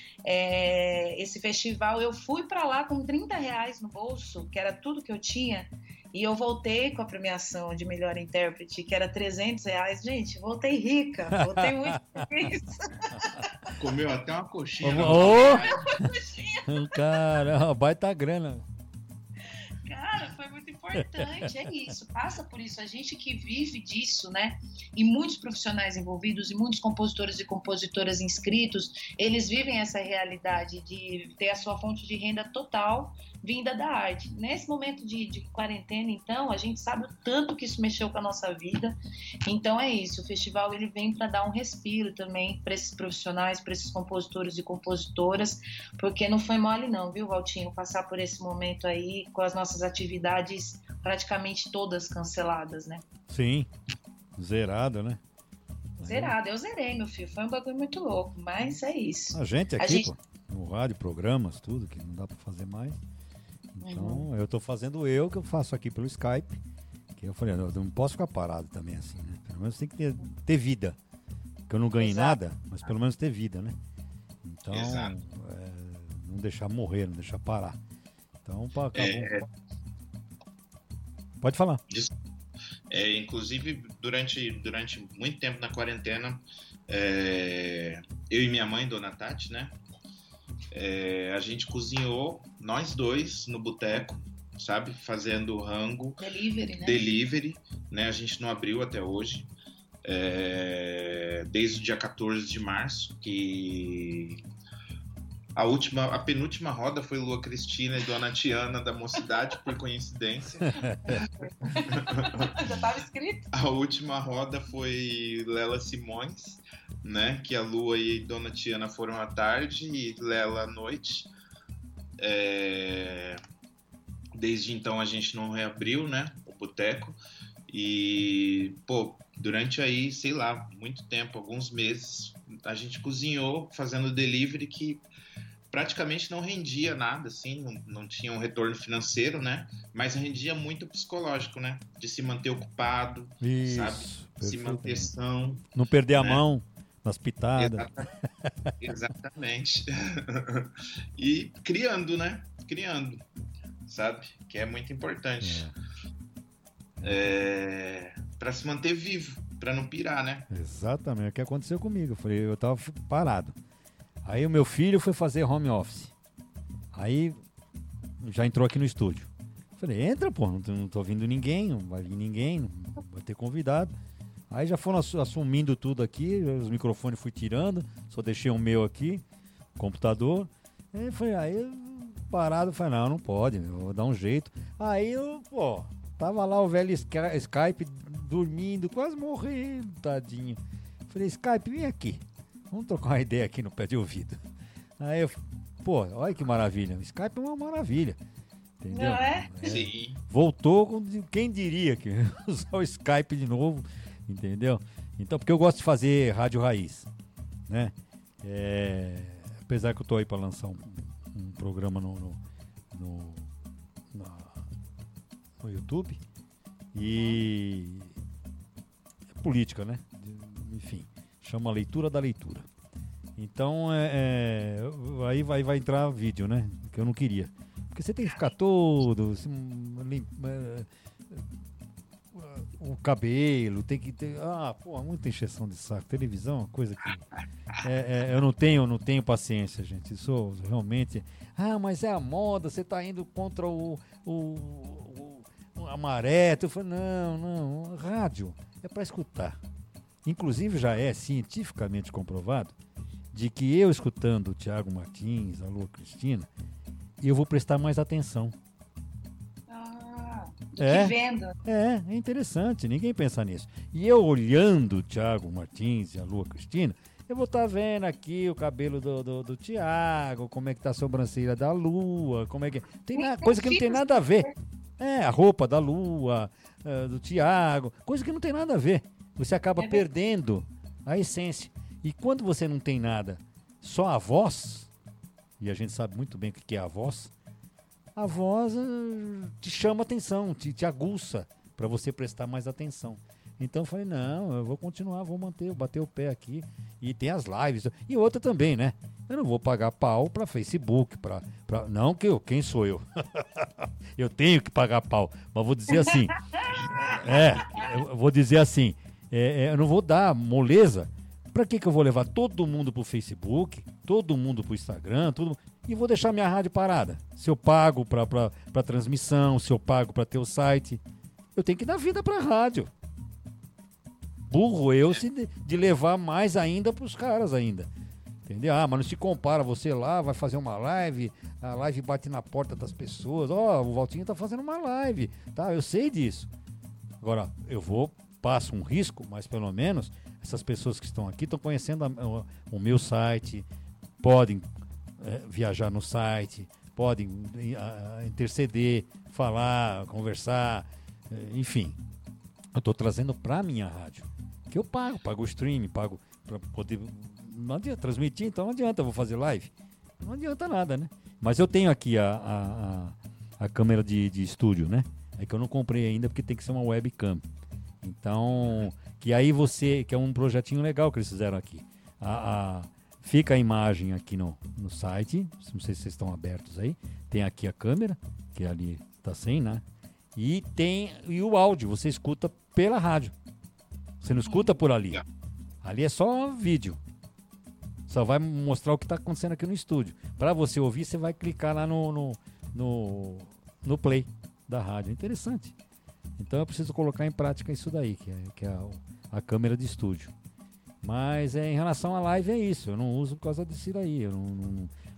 É, esse festival, eu fui para lá com trinta reais no bolso, que era tudo que eu tinha, e eu voltei com a premiação de melhor intérprete, que era trezentos reais. Gente, voltei rica, voltei muito feliz. Comeu até uma coxinha. Oh, oh. Cara, baita grana. Cara, foi muito importante, é isso, passa por isso, a gente que vive disso, né, e muitos profissionais envolvidos e muitos compositores e compositoras inscritos, eles vivem essa realidade de ter a sua fonte de renda total vinda da arte. Nesse momento de, de quarentena, então, a gente sabe o tanto que isso mexeu com a nossa vida, então é isso, o festival ele vem para dar um respiro também para esses profissionais, para esses compositores e compositoras, porque não foi mole não, viu, Valtinho, passar por esse momento aí com as nossas atividades praticamente todas canceladas, né? Sim, zerada, né? Zerada, eu zerei, meu filho, foi um bagulho muito louco, mas é isso. A gente aqui, a gente... Pô, no rádio, programas, tudo, que não dá pra fazer mais. Então, uhum. eu tô fazendo eu, que eu faço aqui pelo Skype, que eu falei, eu não posso ficar parado também assim, né? Pelo menos tem que ter, ter vida, que eu não ganhe Exato. nada, mas pelo menos ter vida, né? Então, é, não deixar morrer, não deixar parar. Então, pá, acabou. É... Pode falar. É, inclusive, durante, durante muito tempo na quarentena, é, eu e minha mãe, Dona Tati, né? É, a gente cozinhou, nós dois, no boteco, sabe? Fazendo rango. Delivery, né? Delivery, né? A gente não abriu até hoje. É, desde o dia quatorze de março, que A última, a penúltima roda foi Lua Cristina e Dona Tiana da Mocidade, por coincidência. Já estava escrito. A última roda foi Lela Simões, né? Que a Lua e Dona Tiana foram à tarde e Lela à noite. É... Desde então a gente não reabriu, né? O boteco. E, pô, durante aí, sei lá, muito tempo, alguns meses, a gente cozinhou fazendo delivery que praticamente não rendia nada, assim, não, não tinha um retorno financeiro, né? Mas rendia muito psicológico, né? De se manter ocupado, Isso, sabe? Se manter são. Não perder a né? mão nas pitadas. Exatamente. E criando, né? Criando, sabe? Que é muito importante. É. É... Para se manter vivo, para não pirar, né? Exatamente, é o que aconteceu comigo. Eu falei, eu tava parado. Aí o meu filho foi fazer home office. Aí já entrou aqui no estúdio. Falei, entra, pô, não tô, não tô ouvindo ninguém, não vai vir ninguém, não vai ter convidado. Aí já foram assumindo tudo aqui, os microfones fui tirando, só deixei o meu aqui, computador. Aí falei, aí parado, falei, não, não pode, eu vou dar um jeito. Aí eu, pô, tava lá o velho Skype dormindo, quase morrendo, tadinho. Falei, Skype, vem aqui. Vamos trocar uma ideia aqui no pé de ouvido. Aí eu, pô, olha que maravilha. O Skype é uma maravilha. Entendeu? Não é? é. Sim. Voltou com quem diria que usar o Skype de novo, entendeu? Então, porque eu gosto de fazer rádio raiz, né? É, apesar que eu tô aí para lançar um, um programa no, no, no, na, no YouTube e é política, né? Enfim. Chama Leitura da Leitura. Então, é, é, aí vai, vai entrar vídeo, né? Que eu não queria. Porque você tem que ficar todo... Assim, lim, é, o cabelo, tem que ter... Ah, pô, muita encheção de saco. Televisão é uma coisa que... É, é, eu não tenho, não tenho paciência, gente. Isso realmente... Ah, mas é a moda, você tá indo contra o... o, o a maré. Eu falei, não, não. Rádio é para escutar. Inclusive já é cientificamente comprovado de que eu escutando o Thiago Martins, a Lua Cristina, eu vou prestar mais atenção. Ah, do é, que vendo. É, é interessante, ninguém pensa nisso. E eu olhando o Thiago Martins e a Lua Cristina, eu vou estar tá vendo aqui o cabelo do, do, do Thiago, como é que tá a sobrancelha da Lua, como é que... Tem na, coisa que não tem nada a ver. É, a roupa da Lua, uh, do Thiago, coisa que não tem nada a ver. Você acaba é perdendo a essência. E quando você não tem nada, só a voz, e a gente sabe muito bem o que é a voz, a voz uh, te chama atenção, te, te aguça para você prestar mais atenção. Então eu falei, não, eu vou continuar, vou manter, vou bater o pé aqui. E tem as lives. E outra também, né? Eu não vou pagar pau para Facebook, para pra... não que eu, quem sou eu? Eu tenho que pagar pau, mas vou dizer assim, é, eu vou dizer assim, É, é, eu não vou dar moleza. Pra que que eu vou levar todo mundo pro Facebook, todo mundo pro Instagram, todo... e vou deixar minha rádio parada? Se eu pago pra, pra, pra transmissão, se eu pago pra ter o site, eu tenho que dar vida pra rádio. Burro eu se de, de levar mais ainda pros caras ainda. Entendeu? Ah, mas não se compara, você lá vai fazer uma live, a live bate na porta das pessoas, ó, oh, o Valtinho tá fazendo uma live, tá? Eu sei disso. Agora, eu vou... passo um risco, mas pelo menos essas pessoas que estão aqui estão conhecendo a, a, o meu site, podem é, viajar no site, podem a, interceder, falar, conversar, é, enfim. Eu estou trazendo para a minha rádio, que eu pago, pago o stream, pago para poder... Não adianta transmitir, então não adianta, eu vou fazer live. Não adianta nada, né? Mas eu tenho aqui a, a, a, a câmera de, de estúdio, né? É que eu não comprei ainda porque tem que ser uma webcam. Então, que aí você, que é um projetinho legal que eles fizeram aqui. A, a, fica a imagem aqui no, no site, não sei se vocês estão abertos aí. Tem aqui a câmera, que ali tá sem, né? E tem e o áudio, você escuta pela rádio. Você não escuta por ali. Ali é só vídeo. Só vai mostrar o que está acontecendo aqui no estúdio. Para você ouvir, você vai clicar lá no, no, no, no play da rádio. É interessante. Então eu preciso colocar em prática isso daí, que é, que é a, a câmera de estúdio. Mas é, em relação à live é isso, eu não uso por causa disso daí. Eu não, não,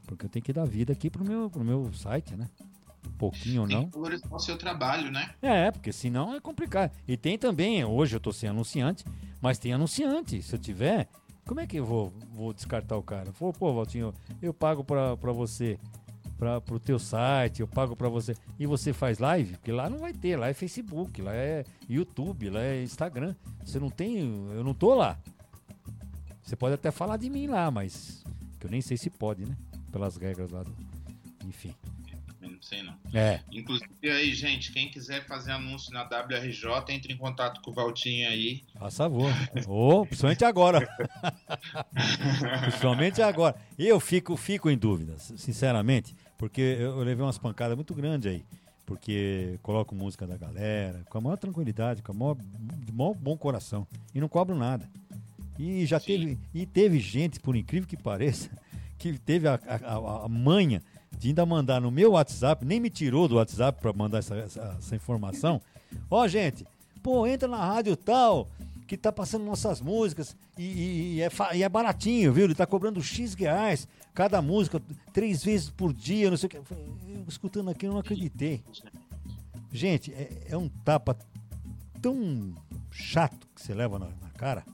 Porque eu tenho que dar vida aqui pro meu, pro meu site, né? Um pouquinho ou não. Tem que valorizar o seu trabalho, né? É, porque senão é complicado. E tem também, hoje eu tô sem anunciante, mas tem anunciante. Se eu tiver, como é que eu vou, vou descartar o cara? Pô, pô, Valtinho, eu pago pra, pra você, pra, pro teu site, eu pago pra você. E você faz live? Porque lá não vai ter, lá é Facebook, lá é YouTube, lá é Instagram. Você não tem, eu não tô lá. Você pode até falar de mim lá, mas que eu nem sei se pode, né? Pelas regras lá do... Enfim. Não sei não. É. Inclusive aí, gente, quem quiser fazer anúncio na W R J, entre em contato com o Valtinho aí. A favor. Oh, principalmente agora. Principalmente agora. Eu fico, fico em dúvida, sinceramente, porque eu, eu levei umas pancadas muito grandes aí. Porque coloco música da galera, com a maior tranquilidade, com o maior, maior bom coração. E não cobro nada. E já teve, e teve gente, por incrível que pareça, que teve a, a, a manha de ainda mandar no meu WhatsApp, nem me tirou do WhatsApp para mandar essa, essa, essa informação. Ó, oh, gente, pô, entra na rádio tal, que tá passando nossas músicas e, e, e, é, e é baratinho, viu? Ele tá cobrando X reais cada música, três vezes por dia, não sei o que. Eu, escutando aqui, eu não acreditei. Gente, é, é um tapa tão chato que você leva na, na cara.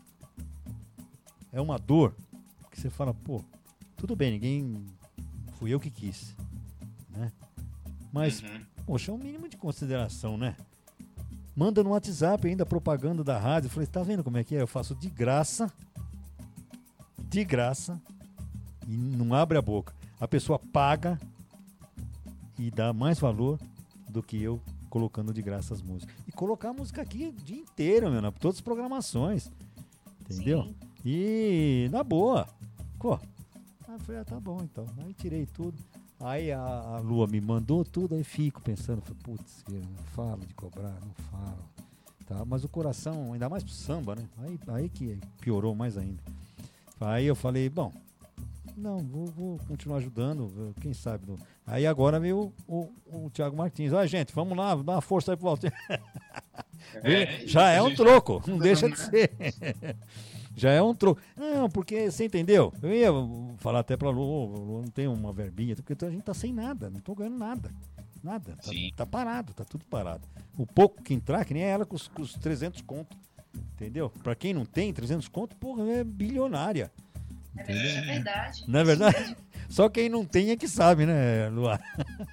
É uma dor que você fala, pô, tudo bem, ninguém... Fui eu que quis, né? Mas, uhum. poxa, é um mínimo de consideração, né? Manda no WhatsApp ainda propaganda da rádio. Eu falei, tá vendo como é que é? Eu faço de graça, de graça, e não abre a boca. A pessoa paga e dá mais valor do que eu colocando de graça as músicas. E colocar a música aqui o dia inteiro, meu, todas as programações, entendeu? Sim. E na boa, pô. Ah, falei, ah, tá bom então. Aí tirei tudo. Aí a, a Lua me mandou tudo, aí fico pensando, putz, eu não falo de cobrar, não falo. Tá? Mas o coração, ainda mais pro samba, né? Aí, aí que piorou mais ainda. Aí eu falei, bom, não, vou, vou continuar ajudando, quem sabe. Não. Aí agora veio o, o, o Thiago Martins. Olha, gente, vamos lá, dá uma força aí pro Valtinho. É, já é um troco, não deixa de ser. Já é um troco. Não, porque você entendeu? Eu ia falar até pra Lu, Lu não tem uma verbinha, porque a gente tá sem nada, não tô ganhando nada. Nada. Tá, tá parado, tá tudo parado. O pouco que entrar, que nem ela com os, com os trezentos conto. Entendeu? Pra quem não tem trezentos conto, porra, é bilionária. Entendeu? É verdade. Não é verdade? Só quem não tem é que sabe, né, Luar?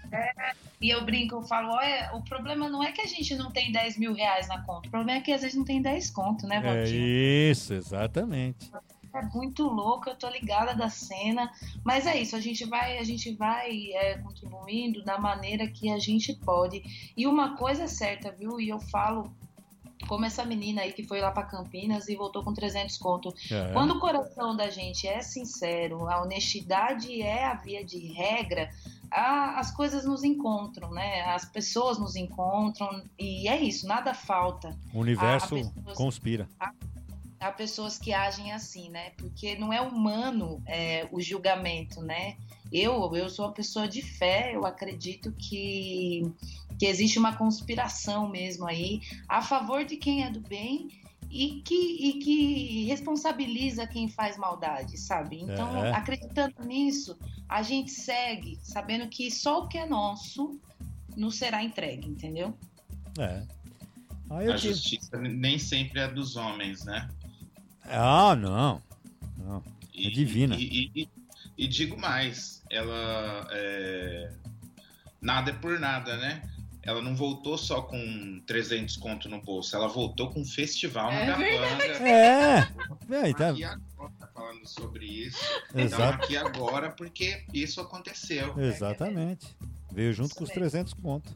É, e eu brinco, eu falo, olha, o problema não é que a gente não tem dez mil reais na conta, o problema é que às vezes não tem dez conto, né, Valtinho? É isso, exatamente. É muito louco, eu tô ligada da cena, mas é isso, a gente vai, a gente vai é, contribuindo da maneira que a gente pode. E uma coisa é certa, viu, e eu falo como essa menina aí que foi lá para Campinas e voltou com trezentos conto. É. Quando o coração da gente é sincero, a honestidade é a via de regra, a, as coisas nos encontram, né? As pessoas nos encontram e é isso, nada falta. O universo a, a pessoas, conspira. Há, há pessoas que agem assim, né? Porque não é humano é, o julgamento, né? Eu, eu sou uma pessoa de fé, eu acredito que, que existe uma conspiração mesmo aí a favor de quem é do bem e que, e que responsabiliza quem faz maldade, sabe? Então, é. acreditando nisso, a gente segue sabendo que só o que é nosso nos será entregue, entendeu? É. Aí a justiça te... nem sempre é dos homens, né? Ah, não. não. É e, divina. E, e, e digo mais, ela é... nada é por nada, né? Ela não voltou só com trezentos conto no bolso, ela voltou com um festival é na Gavanga. É, é tá aqui agora, tá falando sobre isso. Exato. Então aqui agora porque isso aconteceu. Exatamente. Veio junto isso com os trezentos conto.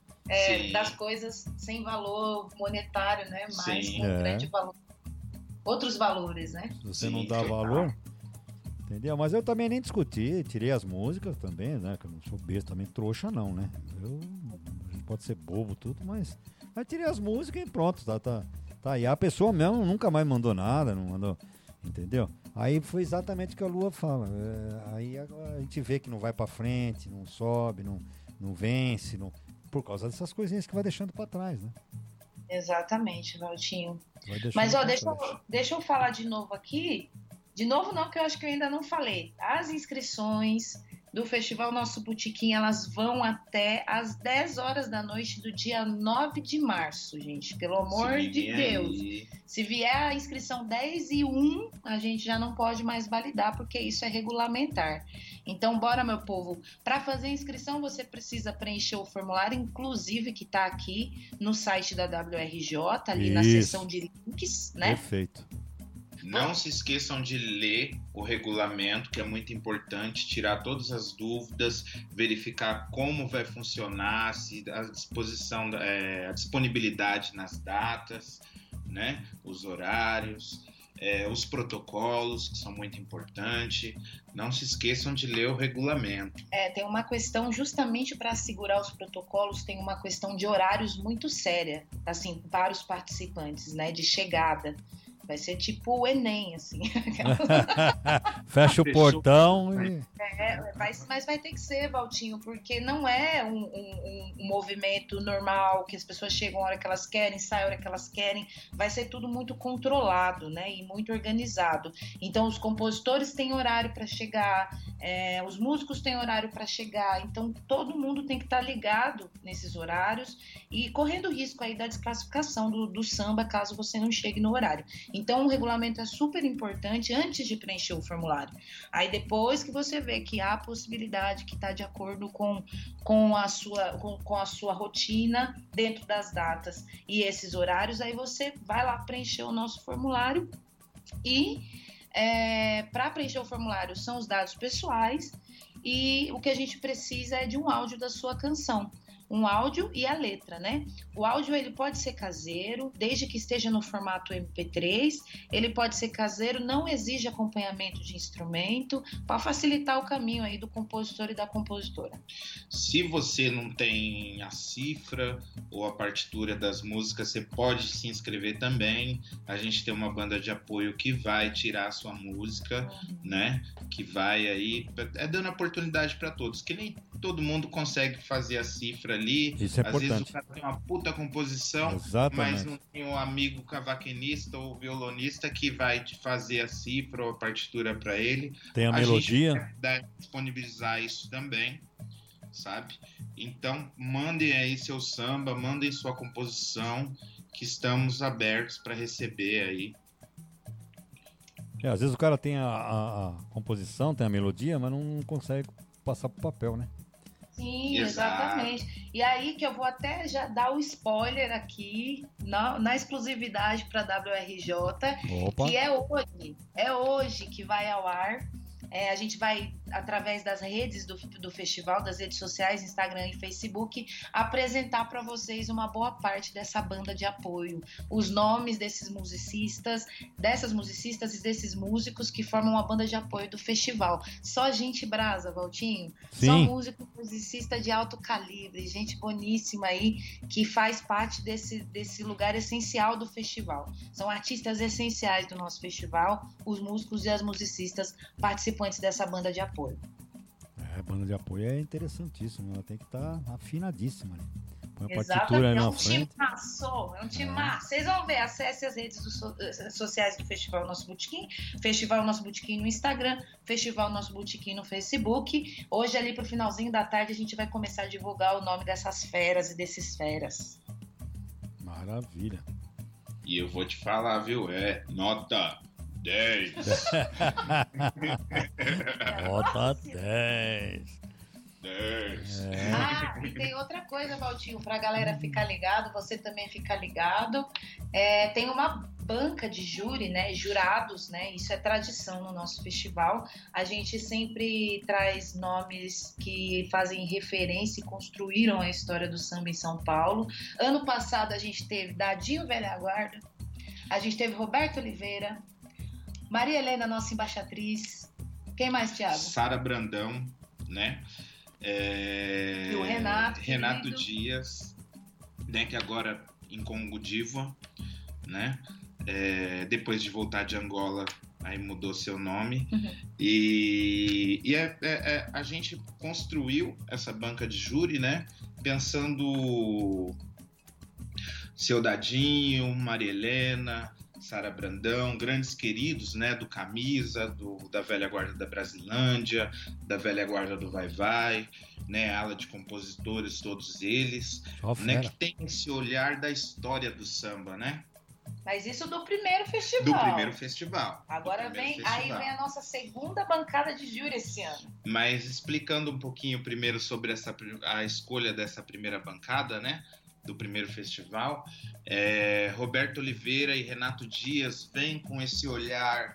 É, das coisas sem valor monetário, né? Mas Sim. com é. grande valor. Outros valores, né? Se você Sim, não dá valor... Entendeu? Mas eu também nem discuti, tirei as músicas também, né? Que eu não sou besta, também trouxa não, né? Eu, a gente pode ser bobo tudo, mas... Aí tirei as músicas e pronto, tá, tá, tá aí. A pessoa mesmo nunca mais mandou nada, não mandou... Entendeu? Aí foi exatamente o que a Lua fala. É, aí a, a gente vê que não vai pra frente, não sobe, não, não vence, não, por causa dessas coisinhas que vai deixando pra trás, né? Exatamente, Valtinho. Mas, ó, deixa eu, deixa eu falar de novo aqui... De novo não, que eu acho que eu ainda não falei. As inscrições do Festival Nosso Botequim, elas vão até às dez horas da noite do dia nove de março, gente. Pelo amor de Deus. Aí. Se vier a inscrição dez e um, a gente já não pode mais validar, porque isso é regulamentar. Então, bora, meu povo. Para fazer a inscrição, você precisa preencher o formulário, inclusive, que está aqui no site da W R J, ali isso. na seção de links, né? Perfeito. Não se esqueçam de ler o regulamento, que é muito importante, tirar todas as dúvidas, verificar como vai funcionar, se a disposição, é, a disponibilidade nas datas, né, os horários, é, os protocolos, que são muito importantes. Não se esqueçam de ler o regulamento. É, tem uma questão, justamente para assegurar os protocolos, tem uma questão de horários muito séria, assim, para os participantes, né, de chegada. Vai ser tipo o Enem, assim. Fecha o portão e... É, mas, mas vai ter que ser, Valtinho, porque não é um, um, um movimento normal, que as pessoas chegam a hora que elas querem, saem a hora que elas querem. Vai ser tudo muito controlado, né? E muito organizado. Então, os compositores têm horário para chegar, é, os músicos têm horário para chegar. Então, todo mundo tem que estar ligado nesses horários e correndo o risco aí da desclassificação do, do samba, caso você não chegue no horário. Então, o regulamento é super importante antes de preencher o formulário. Aí, depois que você vê que há a possibilidade que está de acordo com, com, a sua, com, com a sua rotina, dentro das datas e esses horários, aí você vai lá preencher o nosso formulário. E, é, para preencher o formulário, são os dados pessoais e o que a gente precisa é de um áudio da sua canção. Um áudio e a letra, né? O áudio, ele pode ser caseiro, desde que esteja no formato M P três, ele pode ser caseiro, não exige acompanhamento de instrumento, para facilitar o caminho aí do compositor e da compositora. Se você não tem a cifra ou a partitura das músicas, você pode se inscrever também. A gente tem uma banda de apoio que vai tirar a sua música, uhum. né? Que vai aí, é dando oportunidade para todos, que nem todo mundo consegue fazer a cifra ali. Isso é Às importante. vezes o cara tem uma puta composição, exatamente. Mas não tem um amigo cavaquinista ou violonista que vai te fazer a cifra ou a partitura para ele. Tem a, a melodia. Gente vai disponibilizar isso também, sabe? Então, mandem aí seu samba, mandem sua composição, que estamos abertos para receber aí. É, às vezes o cara tem a, a, a composição, tem a melodia, mas não consegue passar pro papel, né? Sim, exatamente. E aí que eu vou até já dar o spoiler aqui, na, na exclusividade para a W R J, Opa. Que é hoje, é hoje que vai ao ar. É, a gente vai, através das redes do, do festival, das redes sociais, Instagram e Facebook, apresentar para vocês uma boa parte dessa banda de apoio. Os nomes desses musicistas, dessas musicistas e desses músicos que formam a banda de apoio do festival. Só gente brasa, Valtinho. Sim. Só músico, musicista de alto calibre, gente boníssima aí, que faz parte desse, desse lugar essencial do festival. São artistas essenciais do nosso festival, os músicos e as musicistas participantes dessa banda de apoio. É, a banda de apoio é interessantíssima, ela tem que estar tá afinadíssima, né? Põe a Exatamente, partitura aí é na um frente. timaço, é um timaço. É. Vocês vão ver, acesse as redes do so, sociais do Festival Nosso Botequim, Festival Nosso Botequim no Instagram, Festival Nosso Botequim no Facebook. Hoje, ali pro finalzinho da tarde, a gente vai começar a divulgar o nome dessas feras e desses feras. Maravilha. E eu vou te falar, viu? É nota dez. Nota dez. dez. É. Ah, e tem outra coisa, Valtinho, pra galera ficar ligado, você também ficar ligado. É, tem uma banca de júri, né? Jurados, né? Isso é tradição no nosso festival. A gente sempre traz nomes que fazem referência e construíram a história do samba em São Paulo. Ano passado a gente teve Dadinho Velha Guarda, a gente teve Roberto Oliveira, Maria Helena, nossa embaixatriz. Quem mais, Thiago? Sara Brandão, né? É... E o Renato. Renato querido. Dias, né? Que agora em Congo Diva, né? É... Depois de voltar de Angola, aí mudou seu nome. Uhum. E, e é, é, é, a gente construiu essa banca de júri, né? Pensando Seu Dadinho, Maria Helena, Sara Brandão, grandes queridos, né, do Camisa, do, da velha guarda da Brasilândia, da velha guarda do Vai Vai, né, ala de compositores, todos eles, oh, né, que tem esse olhar da história do samba, né? Mas isso do primeiro festival. Do primeiro festival. Agora primeiro vem, festival. aí vem a nossa segunda bancada de júri esse ano. Mas explicando um pouquinho primeiro sobre essa, a escolha dessa primeira bancada, né? Do primeiro festival, é, Roberto Oliveira e Renato Dias vêm com esse olhar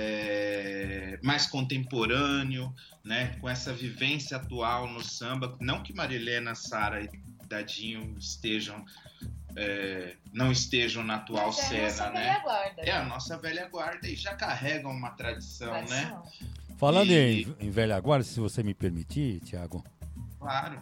é, mais contemporâneo, né, com essa vivência atual no samba. Não que Marilena, Sara e Dadinho estejam, é, não estejam na atual Mas é cena, a nossa né? velha guarda. É a nossa velha guarda e já carregam uma tradição, Tradição. né? Falando E- em, em velha guarda, se você me permitir, Thiago. Claro.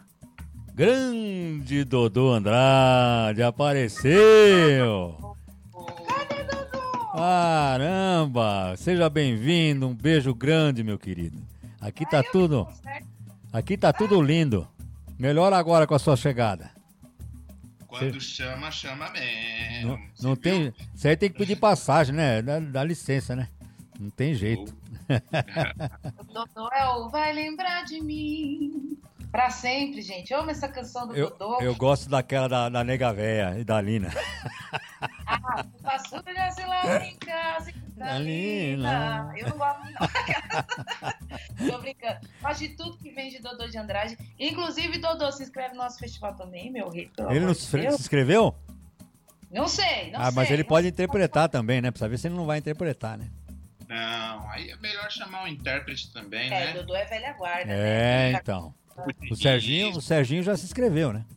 Grande Dodô Andrade apareceu! Cadê Dodô? Caramba! Seja bem-vindo, um beijo grande, meu querido. Aqui tá Aí eu tudo, fico certo. aqui tá tudo lindo. Melhor agora com a sua chegada. Quando chama, chama mesmo. Não, Você não viu? tem, isso aí tem que pedir passagem, né? Dá, dá licença, né? Não tem jeito. O Dodô é o Vai Lembrar de Mim. Pra sempre, gente. Eu amo essa canção do Eu, Dodô. eu gosto daquela da, da Nega Véia e da Lina. Ah, o pastor já se lá em casa. Da Lina. Eu não gosto não. Tô brincando. Mas de tudo que vem de Dodô de Andrade. Inclusive, Dodô se inscreve no nosso festival também, meu rei. pelo Ele amor não de se Deus. se inscreveu? Não sei, não Ah, sei. mas ele não pode sei. interpretar também, né? Precisa ver se ele não vai interpretar, né? Não, aí é melhor chamar um intérprete também, É, né? Dodô é velha guarda. É, né? então. O Serginho, o Serginho já se inscreveu, né?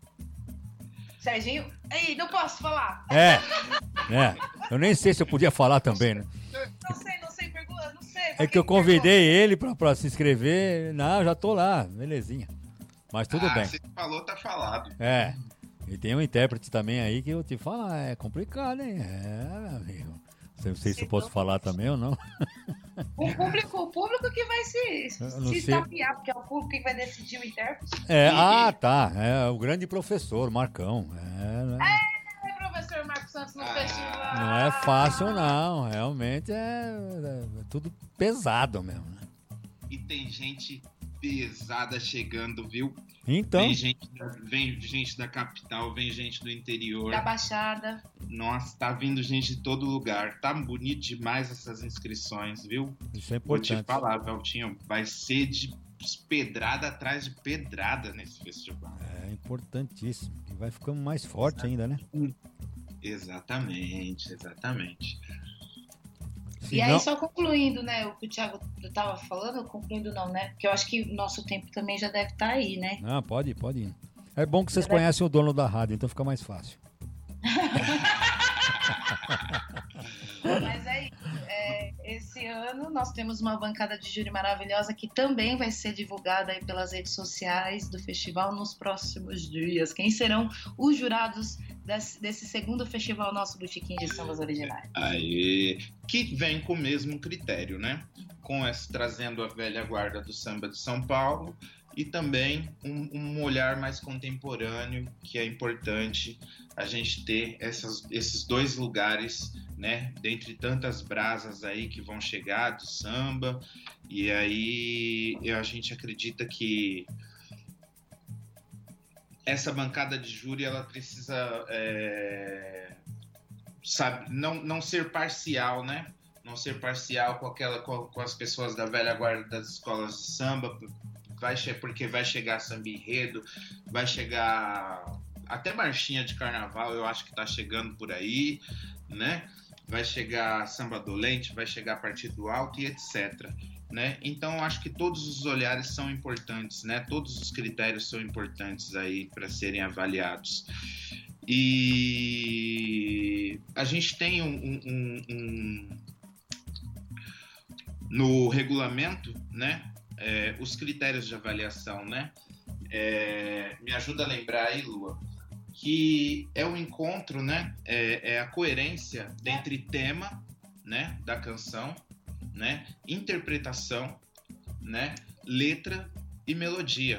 Serginho. Ei, não posso falar. É, é. Eu nem sei se eu podia falar também, né? Não sei, não sei, pergunta, não sei. É que eu convidei ele pra, pra se inscrever. Não, já tô lá, belezinha. Mas tudo ah, bem. Você falou, tá falado. É. E tem um intérprete também aí que eu te falo, ah, é complicado, hein? É, meu amigo. Não sei se eu posso falar também ou não. O público, o público que vai se, Eu não se sei. estapear, porque é o público que vai decidir o intérprete. É, ah, tá. É o grande professor, Marcão. É, né? É, professor Marcos Santos no Ah, festival. Não é fácil, não. Realmente é, é tudo pesado mesmo. Né? E tem gente pesada chegando, viu? Então, Vem gente, da- vem gente da capital, vem gente do interior. Da Baixada. Nossa, tá vindo gente de todo lugar. Tá bonito demais essas inscrições, viu? isso é Vou te importante. falar, Valtinho, vai ser de pedrada atrás de pedrada nesse festival. É importantíssimo. E vai ficando mais forte ainda, né? Exatamente, exatamente. Se E aí, não- só concluindo, né, o que o Thiago tava falando, concluindo não, né? Porque eu acho que o nosso tempo também já deve estar aí, né? Ah, pode ir, pode ir. É bom que vocês conhecem o dono da rádio, então fica mais fácil. Mas é isso. É, esse ano nós temos uma bancada de júri maravilhosa que também vai ser divulgada aí pelas redes sociais do festival nos próximos dias. Quem serão os jurados desse, desse segundo festival nosso Botequim de Sambas Originais? Aí, que vem com o mesmo critério, né? Com essa, trazendo a velha guarda do samba de São Paulo e também um, um olhar mais contemporâneo, que é importante a gente ter essas, esses dois lugares, né? Dentre tantas brasas aí que vão chegar do samba, e aí a gente acredita que essa bancada de júri ela precisa é, sabe, não, não ser parcial, né? Não ser parcial com aquela com, com as pessoas da velha guarda das escolas de samba, vai che- porque vai chegar samba enredo, vai chegar até marchinha de carnaval, eu acho que tá chegando por aí, né? Vai chegar samba dolente, vai chegar partido alto e etcétera. Né? Então, eu acho que todos os olhares são importantes, né? Todos os critérios são importantes aí para serem avaliados. E a gente tem um, um, um, um no regulamento, né? É, os critérios de avaliação, né? É, me ajuda a lembrar aí, Lua, que é o encontro, né? É, é a coerência entre tema, né? Da canção, né? Interpretação, né? Letra e melodia,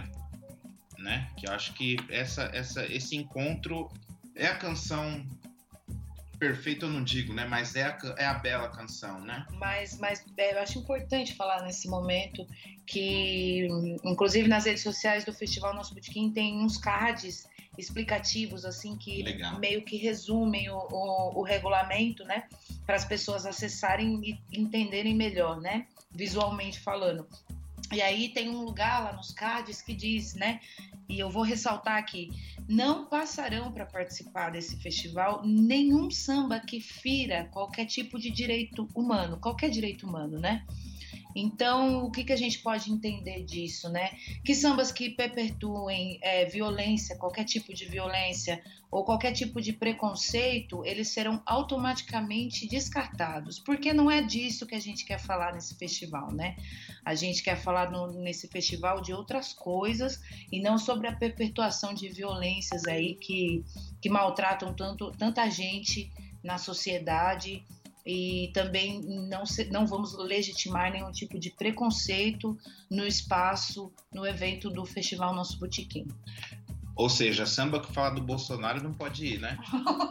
né? Que eu acho que essa, essa, esse encontro é a canção perfeito eu não digo, né? Mas é a, é a bela canção, né? Mas, mas é, eu acho importante falar nesse momento que, inclusive nas redes sociais do Festival Nosso Botequim, tem uns cards explicativos, assim, que Legal. meio que resumem o, o, o regulamento, né? Para as pessoas acessarem e entenderem melhor, né? Visualmente falando. E aí tem um lugar lá nos cards que diz, né? E eu vou ressaltar aqui, não passarão para participar desse festival nenhum samba que fira qualquer tipo de direito humano, qualquer direito humano, né? Então, o que, que a gente pode entender disso, né? Que sambas que perpetuem é, violência, qualquer tipo de violência ou qualquer tipo de preconceito, eles serão automaticamente descartados, porque não é disso que a gente quer falar nesse festival, né? A gente quer falar no, nesse festival de outras coisas e não sobre a perpetuação de violências aí que, que maltratam tanto, tanta gente na sociedade. E também não, se, não vamos legitimar nenhum tipo de preconceito no espaço, no evento do Festival Nosso Botequim. Ou seja, samba que fala do Bolsonaro não pode ir, né?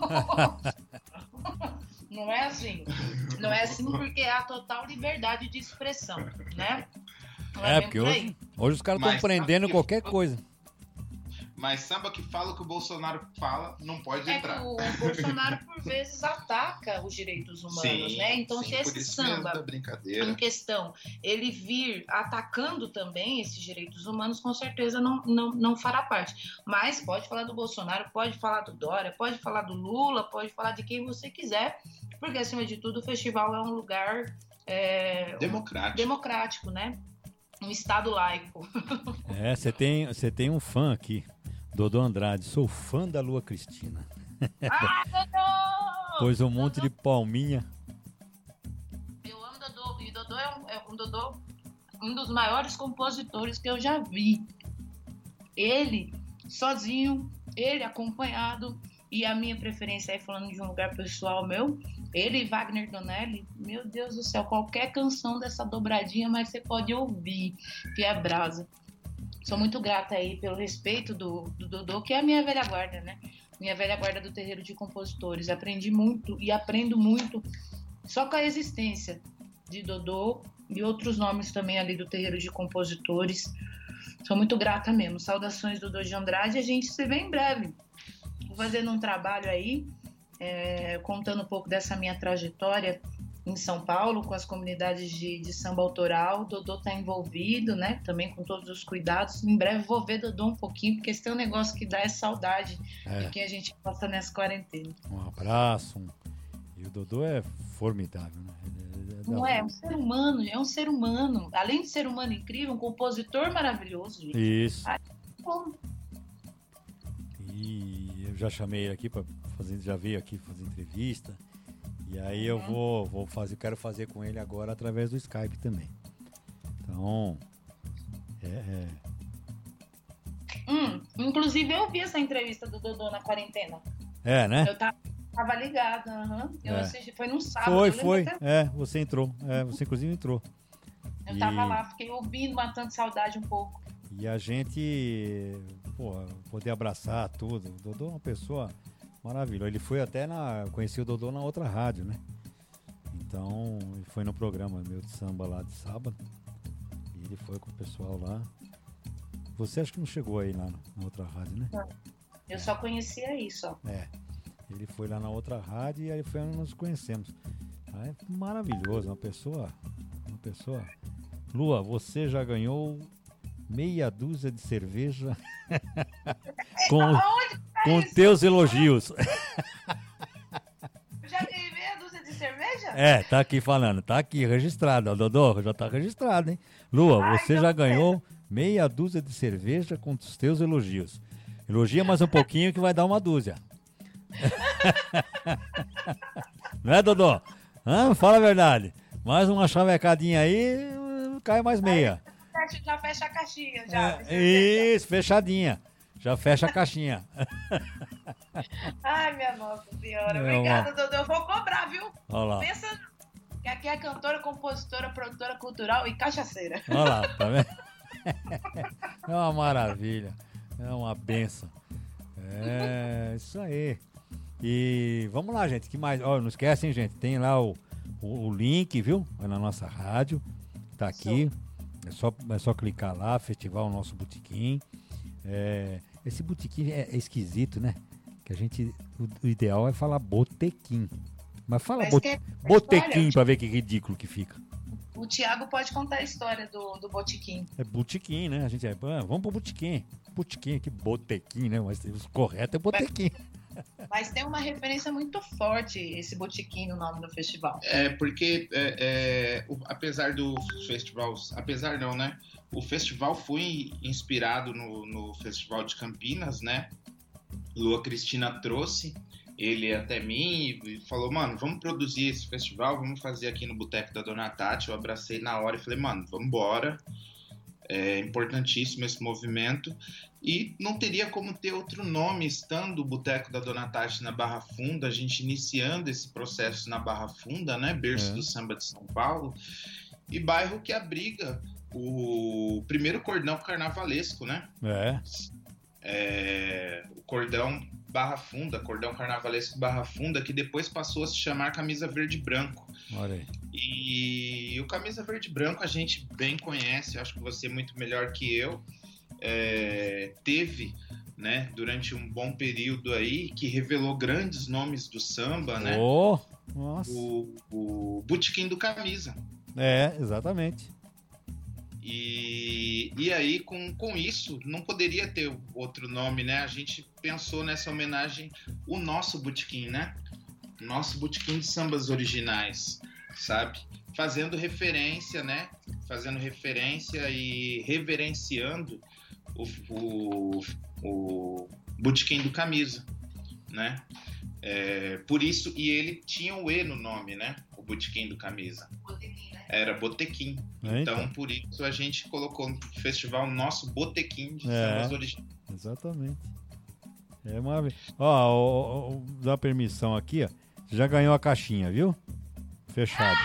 Não é assim. Não é assim porque é a total liberdade de expressão, né? Não é, é porque hoje, hoje os caras estão prendendo qualquer coisa. Mas samba que fala o que o Bolsonaro fala não pode é entrar. É que o Bolsonaro, por vezes, ataca os direitos humanos, sim, né? Então, sim, se esse samba em questão, ele vir atacando também esses direitos humanos, com certeza não, não, não fará parte. Mas pode falar do Bolsonaro, pode falar do Dória, pode falar do Lula, pode falar de quem você quiser, porque, acima de tudo, o festival é um lugar é, democrático. Um, democrático, né? Um estado laico. É, você tem, você tem um fã aqui. Dodô Andrade, sou fã da Lua Cristina. Ah, Dodô! Pôs um monte Dodô. de palminha. Eu amo Dodô. E Dodô é um, é um, Dodô, um dos maiores compositores que eu já vi. Ele, sozinho, ele acompanhado. E a minha preferência aí, falando de um lugar pessoal meu, ele e Wagner Donelli, meu Deus do céu, qualquer canção dessa dobradinha, mas você pode ouvir, que é brasa. Sou muito grata aí pelo respeito do, do Dodô, que é a minha velha guarda, né? Minha velha guarda do terreiro de compositores. Aprendi muito e aprendo muito só com a existência de Dodô e outros nomes também ali do terreiro de compositores. Sou muito grata mesmo. Saudações do Dodô de Andrade. A gente se vê em breve. Vou fazendo um trabalho aí, é, contando um pouco dessa minha trajetória em São Paulo, com as comunidades de, de samba autoral. O Dodô está envolvido, né? Também com todos os cuidados. Em breve vou ver Dodô um pouquinho, porque esse tem um negócio que dá é saudade é. de quem a gente gosta nessa quarentena. Um abraço. Um... E o Dodô é formidável, né? É, é Não é, é um ser humano, é um ser humano. Além de ser humano incrível, um compositor maravilhoso. Gente. Isso. Ai, bom. E eu já chamei ele aqui para fazer, já veio aqui fazer entrevista. E aí eu vou, vou fazer, quero fazer com ele agora através do Skype também. Então, é... é... Hum, inclusive eu vi essa entrevista do Dodô na quarentena. É, né? Eu tava, tava ligada, uhum. eu é. assisti, foi num sábado. Foi, foi, até... é, você entrou, é, você inclusive entrou. Eu e... tava lá, fiquei ouvindo, matando saudade um pouco. E a gente, pô, poder abraçar tudo. O Dodô é uma pessoa... maravilhoso. Ele foi até na... Conheci o Dodô na outra rádio, né? Então, ele foi no programa meu de samba lá de sábado. E ele foi com o pessoal lá. Você acha que não chegou aí lá na outra rádio, né? Não. Eu só conhecia aí, só. É. Ele foi lá na outra rádio e aí foi onde nos conhecemos. É maravilhoso. Uma pessoa... Uma pessoa... Lua, você já ganhou meia dúzia de cerveja com... Com teus elogios. Já ganhei meia dúzia de cerveja? É, tá aqui falando, tá aqui registrado, ó, Dodô, já tá registrado, hein? Lua, Ai, você já ganhou meia dúzia de cerveja com os teus elogios. Elogia mais um pouquinho que vai dar uma dúzia. Não é, Dodô? Hã? Fala a verdade. Mais uma chavecadinha aí, cai mais meia. Aí, já fecha a caixinha, já. É, isso, fechadinha. Já fecha a caixinha. Ai, minha Nossa Senhora. É Obrigada, uma... Dodô. Eu vou cobrar, viu? Olha lá. Pensa que aqui é cantora, compositora, produtora cultural e cachaceira. Olha lá, tá vendo? É uma maravilha. É uma benção. É isso aí. E vamos lá, gente, que mais? Ó, não esquecem, gente, tem lá o, o, o link, viu? Vai na nossa rádio, tá aqui. É só, é só clicar lá, Festival Nosso Botequim. É, esse botequim é, é esquisito, né? Que a gente, o, o ideal é falar botequim. Mas fala Mas bot, que é botequim história, pra ver que ridículo que fica. O Thiago pode contar a história do, do botequim. É botequim, né? A gente é, ah, vamos pro botequim. Botequim, que botequim, né? Mas o correto é botequim. Mas tem uma referência muito forte esse botequim no nome do festival. É, porque é, é, o, apesar do festival, apesar não, né? O festival foi inspirado no, no Festival de Campinas, né? Lua Cristina trouxe ele até mim e falou, mano, vamos produzir esse festival, vamos fazer aqui no Boteco da Dona Tati. Eu abracei na hora e falei, mano, vamos embora. É importantíssimo esse movimento. E não teria como ter outro nome, estando o Boteco da Dona Tati na Barra Funda, a gente iniciando esse processo na Barra Funda, né? Berço é. do samba de São Paulo. E bairro que abriga o primeiro cordão carnavalesco, né? É. É, o cordão Barra Funda, cordão carnavalesco Barra Funda, que depois passou a se chamar Camisa Verde e Branco. Olha aí. E o Camisa Verde e Branco a gente bem conhece, acho que você é muito melhor que eu. É, teve, né, durante um bom período aí, que revelou grandes nomes do samba, né? Oh, nossa. O, o Botequim do Camisa. É, exatamente. E, e aí, com, com isso, não poderia ter outro nome, né? A gente pensou nessa homenagem o nosso botequim, né? Nosso botequim de sambas originais, sabe? Fazendo referência, né? Fazendo referência e reverenciando o, o, o botequim do Camisa, né? É, por isso, e ele tinha o E no nome, né? O botequim do Camisa. Botequim, né? Era Botequim. É, então, então, por isso a gente colocou no festival nosso Botequim de É. sambas originais. Exatamente. É maravilha. Ó, ó, ó, dá permissão aqui, ó. Você já ganhou a caixinha, viu? Fechado.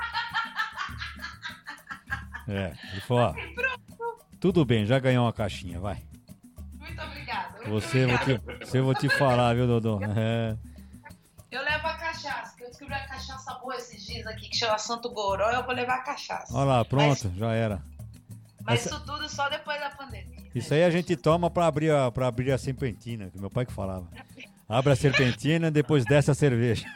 É, ele falou, ó. Tudo bem, já ganhou uma caixinha, vai. Muito obrigada. Muito Você vou obrigada. te, você vou te falar, viu, Dodô? É. Eu levo a cachaça, que eu descobri a cachaça boa esses dias aqui, que chama Santo Goró, eu vou levar a cachaça. Olha lá, pronto, Mas, já era. mas Essa- isso tudo só depois da pandemia. Isso aí a gente toma pra abrir a, pra abrir a serpentina, que meu pai que falava. Abre a serpentina, depois desce a cerveja.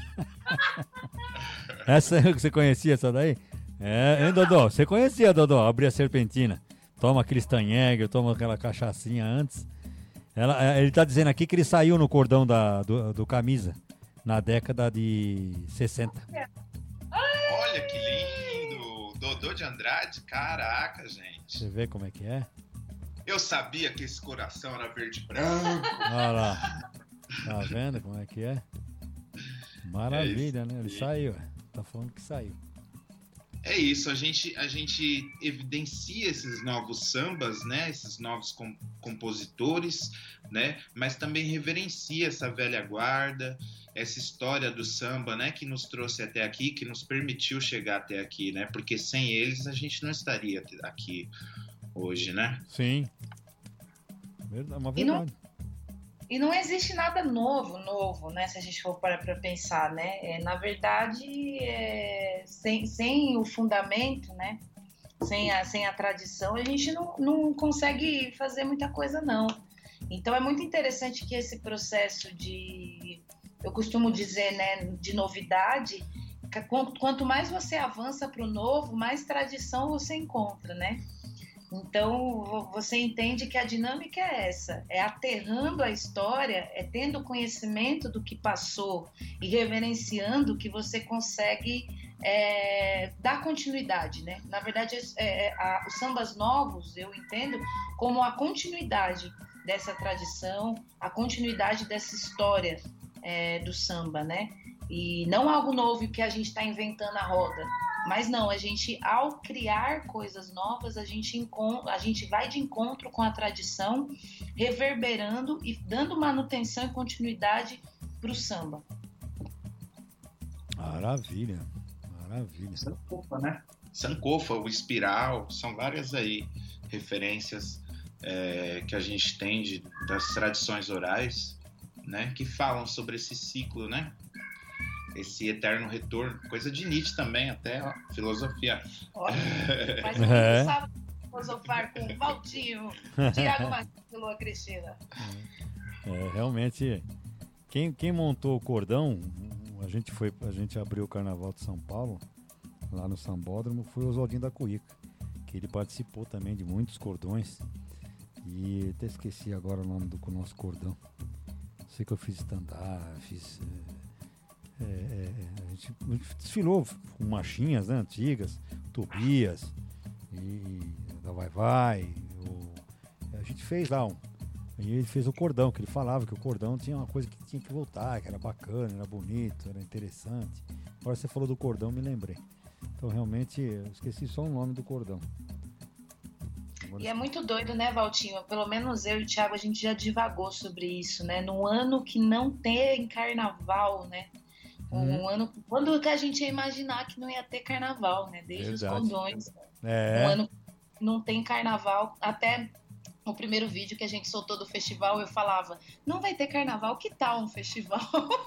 Essa você conhecia essa daí? É, hein, Dodô? Você conhecia, Dodô? Abrir a serpentina. Toma aquele Steinegger, toma aquela cachaçinha antes. Ela, ele tá dizendo aqui que ele saiu no cordão da, do, do Camisa, na década de sessenta. Olha que lindo! Dodô de Andrade, caraca, gente. Você vê como é que é? Eu sabia que esse coração era verde e branco. Olha lá. Tá vendo como é que é? Maravilha, né? Ele saiu. Tá falando que saiu. É isso, a gente, a gente evidencia esses novos sambas, né? Esses novos com, compositores, né? Mas também reverencia essa velha guarda, essa história do samba, né? Que nos trouxe até aqui, que nos permitiu chegar até aqui, né? Porque sem eles a gente não estaria aqui hoje, né? Sim. Verdade, uma E não- verdade. E não existe nada novo, novo, né? Se a gente for parar para pensar, né? É, na verdade, é, sem, sem o fundamento, né? Sem a, sem a tradição, a gente não, não consegue fazer muita coisa, não. Então, é muito interessante que esse processo de, eu costumo dizer, né? De novidade, que quanto quanto mais você avança para o novo, mais tradição você encontra, né? Então, vo- você entende que a dinâmica é essa, é aterrando a história, é tendo conhecimento do que passou e reverenciando que você consegue é, dar continuidade, né? Na verdade, é, é, a- os sambas novos, eu entendo como a continuidade dessa tradição, a continuidade dessa história é, do samba, né? E não algo novo que a gente está inventando a roda. Mas não, a gente, ao criar coisas novas, a gente, encon- a gente vai de encontro com a tradição, reverberando e dando manutenção e continuidade para o samba. Maravilha. Maravilha. Sankofa, né? Sankofa, o Espiral, são várias aí referências é, que a gente tem de, das tradições orais, né, que falam sobre esse ciclo, né? Esse eterno retorno, coisa de Nietzsche também, até, ó, filosofia. Olha, mas o é. sabe filosofar com o Valtinho, Tiago Martins e Lua Cristina. É, realmente, quem, quem montou o cordão, a gente, foi, a gente abriu o Carnaval de São Paulo, lá no Sambódromo, foi o Oswaldinho da Cuíca, que ele participou também de muitos cordões, e até esqueci agora o nome do nosso cordão. Sei que eu fiz stand-up, fiz... É, é, a, gente, a gente desfilou com marchinhas, né, antigas, Tobias e da Vai Vai. O, a gente fez lá um. E ele fez o cordão, que ele falava que o cordão tinha uma coisa que tinha que voltar, que era bacana, era bonito, era interessante. Agora você falou do cordão, me lembrei. Então realmente eu esqueci só o nome do cordão. E é muito doido, né, Valtinho? Pelo menos eu e o Thiago, a gente já divagou sobre isso, né? No ano que não tem carnaval, né? Um hum. ano, quando que a gente ia imaginar que não ia ter carnaval, né? Desde Verdade. Os condões. É. Um ano que não tem carnaval. Até o primeiro vídeo que a gente soltou do festival, eu falava, não vai ter carnaval, que tal um festival?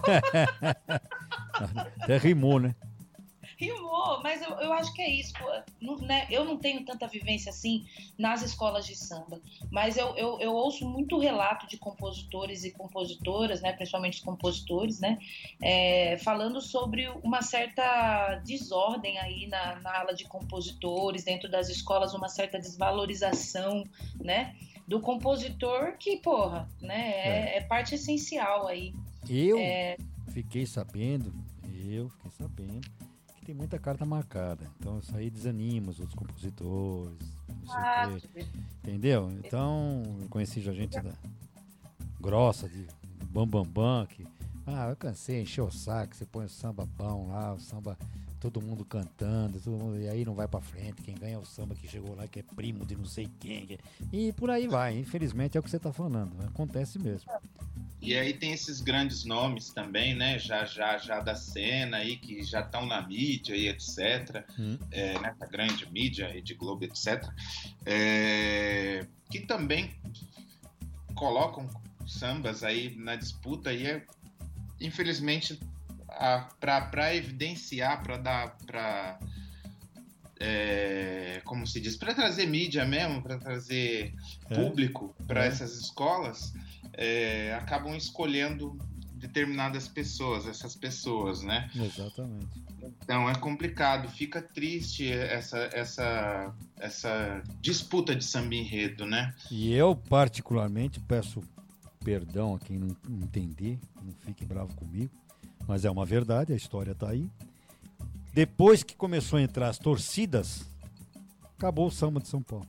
Até rimou, né? Rimou, mas eu, eu acho que é isso. Pô, não, né? Eu não tenho tanta vivência assim nas escolas de samba, mas eu, eu, eu ouço muito relato de compositores e compositoras, né, principalmente os compositores, né, é, falando sobre uma certa desordem aí na, na ala de compositores, dentro das escolas, uma certa desvalorização, né, do compositor que, porra, né, é, é. é parte essencial aí. Eu é... fiquei sabendo, eu fiquei sabendo tem muita carta marcada, então isso aí desanima os outros compositores, não sei ah, o quê, entendeu? Então, eu conheci já gente da grossa, de bambambam, bam, bam, que, ah, eu cansei, encheu o saco, você põe o samba bom lá, o samba, todo mundo cantando, todo mundo, e aí não vai pra frente, quem ganha é o samba que chegou lá, que é primo de não sei quem, e por aí vai, infelizmente é o que você tá falando, acontece mesmo. E aí tem esses grandes nomes também, né, já, já, já da cena aí, que já estão na mídia e etcétera, hum. é, nessa grande mídia, Rede Globo, etcétera, é, que também colocam sambas aí na disputa e é, infelizmente, para evidenciar, para dar, para, é, como se diz, para trazer mídia mesmo, para trazer é. público para é. essas escolas, É, acabam escolhendo determinadas pessoas, essas pessoas, né? Exatamente. Então é complicado, fica triste essa, essa, essa disputa de samba enredo, né? E eu particularmente peço perdão a quem não entender, não fique bravo comigo, mas é uma verdade, a história tá aí. Depois que começou a entrar as torcidas, acabou o samba de São Paulo.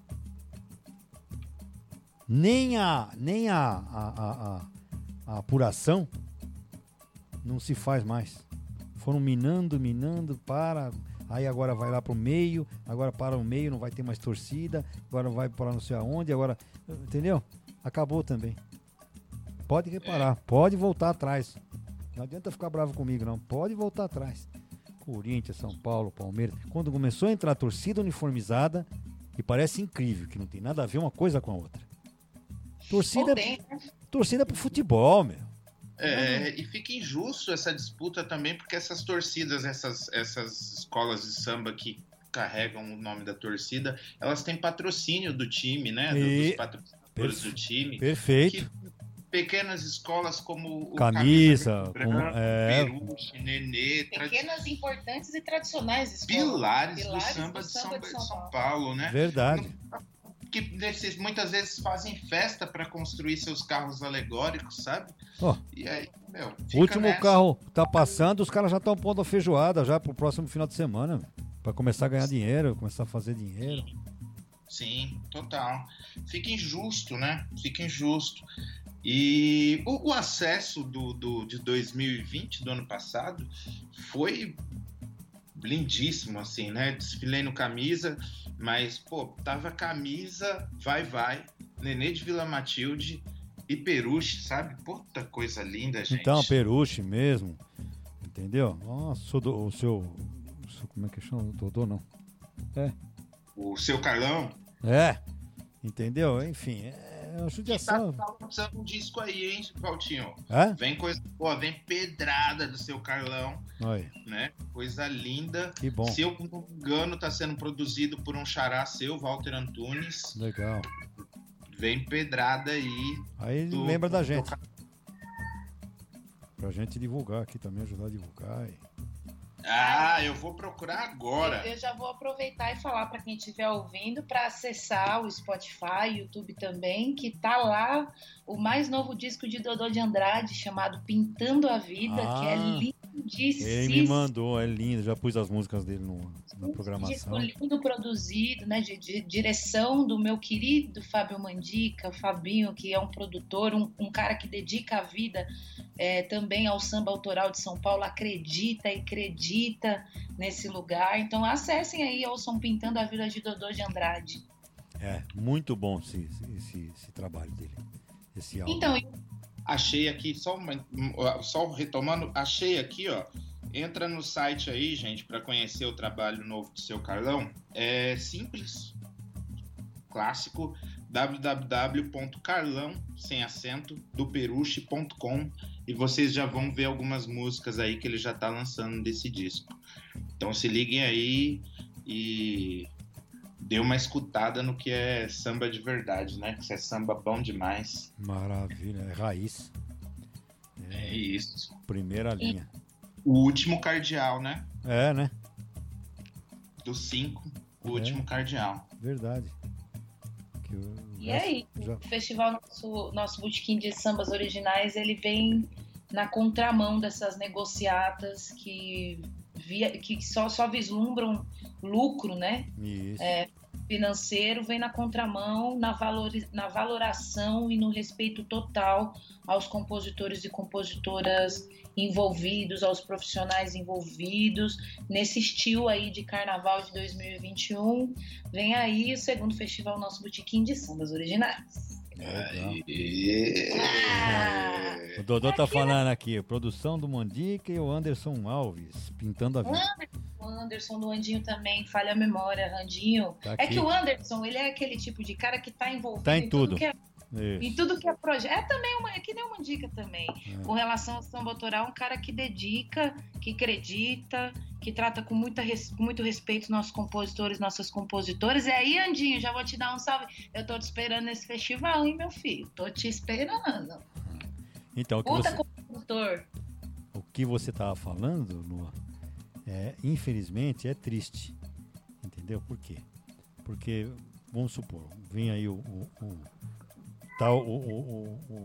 Nem a, nem a, a, a, a apuração não se faz mais. Foram minando, minando, para, aí agora vai lá pro meio, agora para o meio, não vai ter mais torcida, agora vai para não sei aonde, agora, entendeu? Acabou também. Pode reparar, pode voltar atrás. Não adianta ficar bravo comigo, não. Pode voltar atrás. Corinthians, São Paulo, Palmeiras. Quando começou a entrar a torcida uniformizada, e parece incrível, que não tem nada a ver uma coisa com a outra. Torcida, torcida pro futebol, meu. É, e fica injusto essa disputa também, porque essas torcidas, essas, essas escolas de samba que carregam o nome da torcida, elas têm patrocínio do time, né? E... Dos patrocinadores do time. Perfeito. Que pequenas escolas como o Camisa, Camisa Branco, com, é... Peruche, Nenê... Pequenas, trad... importantes e tradicionais escolas. Pilares, Pilares do samba, do samba de, São, de São Paulo, Paulo, né? Verdade. No... que desses, muitas vezes fazem festa para construir seus carros alegóricos, sabe? Oh, e aí, meu, o último nessa. Carro tá passando, os caras já estão pondo a feijoada já pro próximo final de semana, para começar a ganhar dinheiro, começar a fazer dinheiro. Sim, Sim total. Fica injusto, né? Fica injusto. E o, o acesso do, do, de dois mil e vinte, do ano passado, foi lindíssimo, assim, né? Desfilei no Camisa, mas, pô, tava Camisa, Vai Vai, Nenê de Vila Matilde e Peruche, sabe? Puta coisa linda, gente. Então, Peruche mesmo, entendeu? Nossa, o seu, o seu, como é que chama? O Dodô, não? É. O seu Carlão. É, entendeu? Enfim, é, é uma judiação. Tá lançando um disco aí, hein, Valtinho? É? Vem coisa boa, vem pedrada do seu Carlão. Oi. Né? Coisa linda. Que bom. Se eu não me engano, tá sendo produzido por um xará seu, Walter Antunes. Legal. Vem pedrada aí. Aí do, lembra da do gente. Car... Pra gente divulgar aqui também, ajudar a divulgar. E... Ah, eu vou procurar agora. Eu, eu já vou aproveitar e falar para quem estiver ouvindo para acessar o Spotify, YouTube também, que tá lá o mais novo disco de Dodô de Andrade, chamado Pintando a Vida, ah, que é lindíssimo. Ele me mandou, é lindo, já pus as músicas dele no, na programação. Disco lindo produzido, né, de, de direção do meu querido Fábio Mandica, o Fabinho, que é um produtor, um, um cara que dedica a vida é, também ao samba autoral de São Paulo, acredita e acredita nesse lugar. Então acessem aí, ouçam Pintando a Vida de Dodô de Andrade. É, muito bom esse, esse, esse trabalho dele, esse álbum. Então, achei aqui, só, uma, só retomando, achei aqui, ó, entra no site aí, gente, para conhecer o trabalho novo do seu Carlão. É simples, clássico, w w w ponto carlão, sem acento, do peruche ponto com, e vocês já vão ver algumas músicas aí que ele já tá lançando desse disco. Então se liguem aí e dê uma escutada no que é samba de verdade, né? Que é samba bom demais. Maravilha, é raiz. É, é isso. Primeira linha. O último cardeal, né? É, né? Dos cinco, o é. último cardeal. Verdade. Que eu... E aí, já... o festival, nosso, nosso botequim de sambas originais, ele vem na contramão dessas negociatas que, via, que só, só vislumbram lucro, né? Isso. É, financeiro, vem na contramão, na, valor, na valoração e no respeito total aos compositores e compositoras envolvidos, aos profissionais envolvidos, nesse estilo aí de Carnaval de dois mil e vinte e um. Vem aí o segundo festival Nosso Botequim de Sambas Originais. É, ah, o Dodô tá falando aqui, produção do Mandica e o Anderson Alves, Pintando a Vida. O Anderson do Andinho também, falha a memória, Andinho. Tá é que o Anderson, ele é aquele tipo de cara que tá envolvido tá em, em tudo, tudo que é, em tudo que é projeto. É também uma, é que nem o Mandica também. É. Com relação ao samba autoral, um cara que dedica, que acredita, que trata com, muita, com muito respeito nossos compositores, nossas compositoras. E aí, Andinho, já vou te dar um salve. Eu tô te esperando nesse festival, hein, meu filho? Tô te esperando. Então, o que Puta você... compositor. O que você tava falando, Lua, é, infelizmente, é triste. Entendeu? Por quê? Porque, vamos supor, vem aí o... o, o tal o, o, o,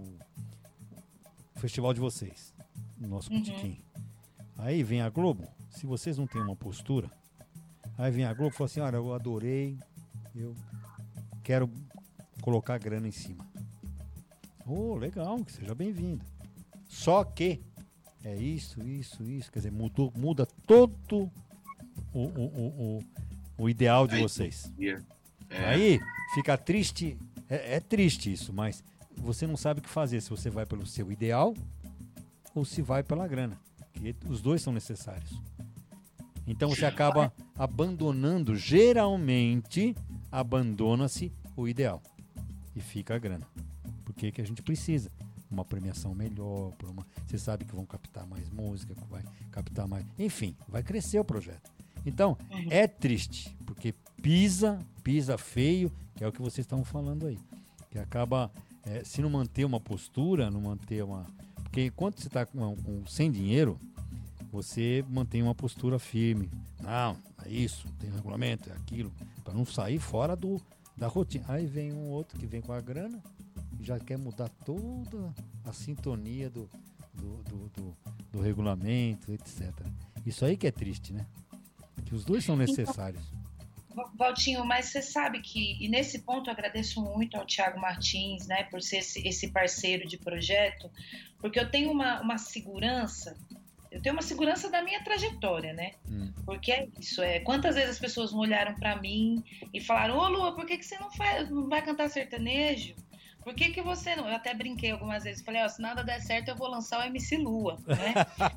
o festival de vocês, o nosso botequim. Uhum. Aí vem a Globo, se vocês não têm uma postura, aí vem a Globo e fala assim, olha, eu adorei, eu quero colocar grana em cima. Oh, legal, que seja bem-vindo. Só que é isso, isso, isso, quer dizer, mudou, muda todo o, o, o, o, o ideal de aí, vocês. É. Aí fica triste. É, é triste isso, mas você não sabe o que fazer, se você vai pelo seu ideal ou se vai pela grana. Porque os dois são necessários. Então você acaba abandonando, geralmente abandona-se o ideal e fica a grana. Porque que a gente precisa? Uma premiação melhor, por uma... você sabe que vão captar mais música, vai captar mais... Enfim, vai crescer o projeto. Então, é triste, porque pisa, pisa feio, que é o que vocês estão falando aí. Que acaba, é, se não manter uma postura, não manter uma... Porque enquanto você está com, com, sem dinheiro, você mantém uma postura firme. Não, é isso, tem regulamento, é aquilo, para não sair fora do, da rotina. Aí vem um outro que vem com a grana e já quer mudar toda a sintonia do, do, do, do, do regulamento, etcétera. Isso aí que é triste, né? Que os dois são necessários. Então, Valtinho, mas você sabe que, e nesse ponto eu agradeço muito ao Thiago Martins, né, por ser esse, esse parceiro de projeto, porque eu tenho uma, uma segurança, eu tenho uma segurança da minha trajetória, né? Hum. Porque é isso, é, quantas vezes as pessoas não olharam para mim e falaram, ô Lua, por que, que você não, faz, não vai cantar sertanejo? Por que que você não... Eu até brinquei algumas vezes, falei, ó, se nada der certo, eu vou lançar o M C Lua, né?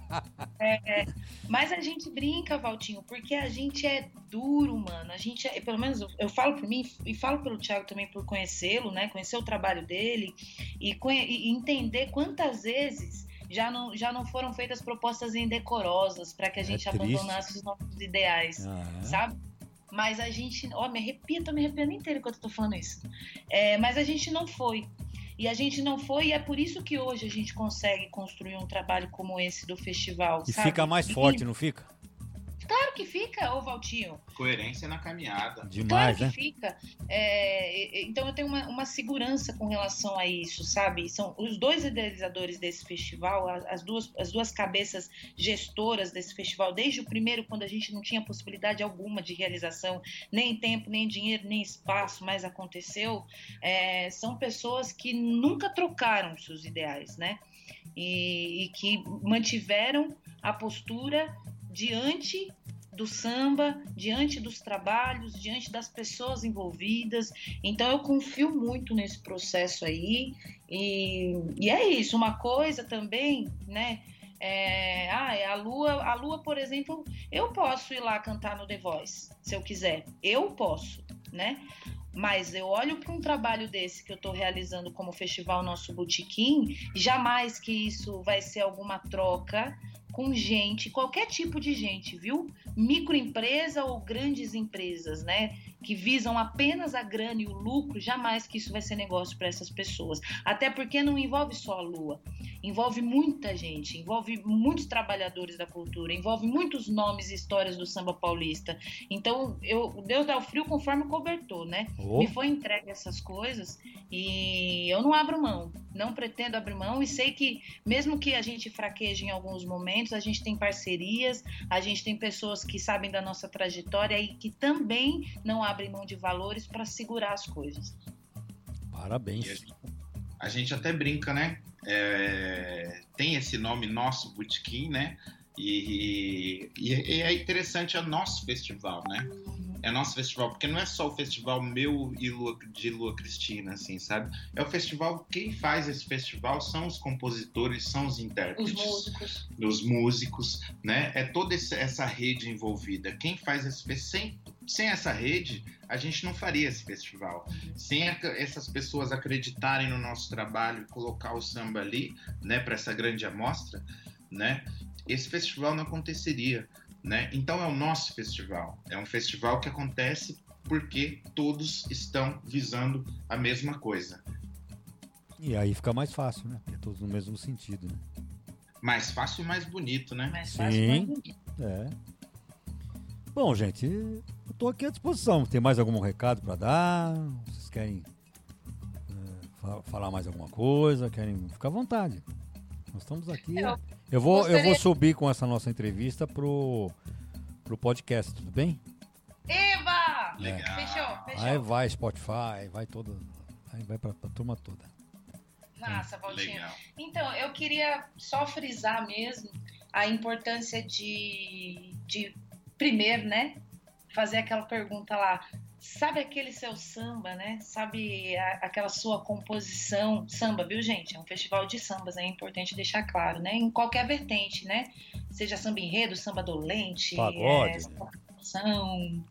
é, é, mas a gente brinca, Valtinho, porque a gente é duro, mano. A gente é, pelo menos, eu, eu falo por mim e falo pelo Thiago também por conhecê-lo, né? Conhecer o trabalho dele e, conhe... e entender quantas vezes já não, já não foram feitas propostas indecorosas para que a gente é abandonasse os nossos ideais, ah, é? Sabe? Mas a gente... Ó, me arrepia, tô me arrepiando inteiro enquanto eu tô falando isso. É, mas a gente não foi. E a gente não foi, e é por isso que hoje a gente consegue construir um trabalho como esse do festival, e sabe? Fica mais e... forte, não fica? Claro que fica, ô Valtinho. Coerência na caminhada. Demais, claro que né? fica. É, então eu tenho uma, uma segurança com relação a isso, sabe? São os dois idealizadores desse festival, as duas, as duas cabeças gestoras desse festival, desde o primeiro, quando a gente não tinha possibilidade alguma de realização, nem tempo, nem dinheiro, nem espaço, mas aconteceu. É, são pessoas que nunca trocaram seus ideais, né? E, e que mantiveram a postura diante do samba, diante dos trabalhos, diante das pessoas envolvidas. Então eu confio muito nesse processo aí e, e é isso. Uma coisa também, né? É, ah, a Lua, a Lua, por exemplo, eu posso ir lá cantar no The Voice, se eu quiser. Eu posso, né? Mas eu olho para um trabalho desse que eu estou realizando como Festival Nosso Botequim, jamais que isso vai ser alguma troca com gente, qualquer tipo de gente, viu? Microempresa ou grandes empresas, né? Que visam apenas a grana e o lucro, jamais que isso vai ser negócio para essas pessoas. Até porque não envolve só a Lua, envolve muita gente, envolve muitos trabalhadores da cultura, envolve muitos nomes e histórias do samba paulista. Então, eu, Deus dá o frio conforme o cobertor, né? Oh. Me foi entregue essas coisas e eu não abro mão, não pretendo abrir mão e sei que, mesmo que a gente fraqueje em alguns momentos, a gente tem parcerias, a gente tem pessoas que sabem da nossa trajetória e que também não abrem mão de valores para segurar as coisas. Parabéns. A gente, a gente até brinca, né? É, tem esse nome Nosso Botequim, né? E, e, e é interessante, é o nosso festival, né? É nosso festival, porque não é só o festival meu e Lua, de Lua Cristina, assim, sabe? É o festival, quem faz esse festival são os compositores, são os intérpretes. Os músicos. Os músicos, né? É toda essa rede envolvida. Quem faz esse festival... Sem, sem essa rede, a gente não faria esse festival. Sem a, essas pessoas acreditarem no nosso trabalho, colocar o samba ali, né? Para essa grande amostra, né? Esse festival não aconteceria. Né? Então é o nosso festival, é um festival que acontece porque todos estão visando a mesma coisa. E aí fica mais fácil, né? Porque todos no mesmo sentido, né? Mais fácil e mais bonito, né? Mais fácil e mais bonito. É. Bom, gente, eu tô aqui à disposição. Tem mais algum recado para dar? Vocês querem é, falar mais alguma coisa? Querem? Fica à vontade. Nós estamos aqui. Eu, eu, vou, gostaria... eu vou subir com essa nossa entrevista pro, pro podcast, tudo bem? Eba! Legal. É. Fechou, fechou. Aí vai Spotify, vai toda. Aí vai pra, pra turma toda. Massa, Valtinho. Legal. Então, eu queria só frisar mesmo a importância de, de primeiro, né? Fazer aquela pergunta lá. Sabe aquele seu samba, né? Sabe a, aquela sua composição? Samba, viu, gente? É um festival de sambas, é importante deixar claro, né? Em qualquer vertente, né? Seja samba enredo, samba dolente, pagode, é, samba canção.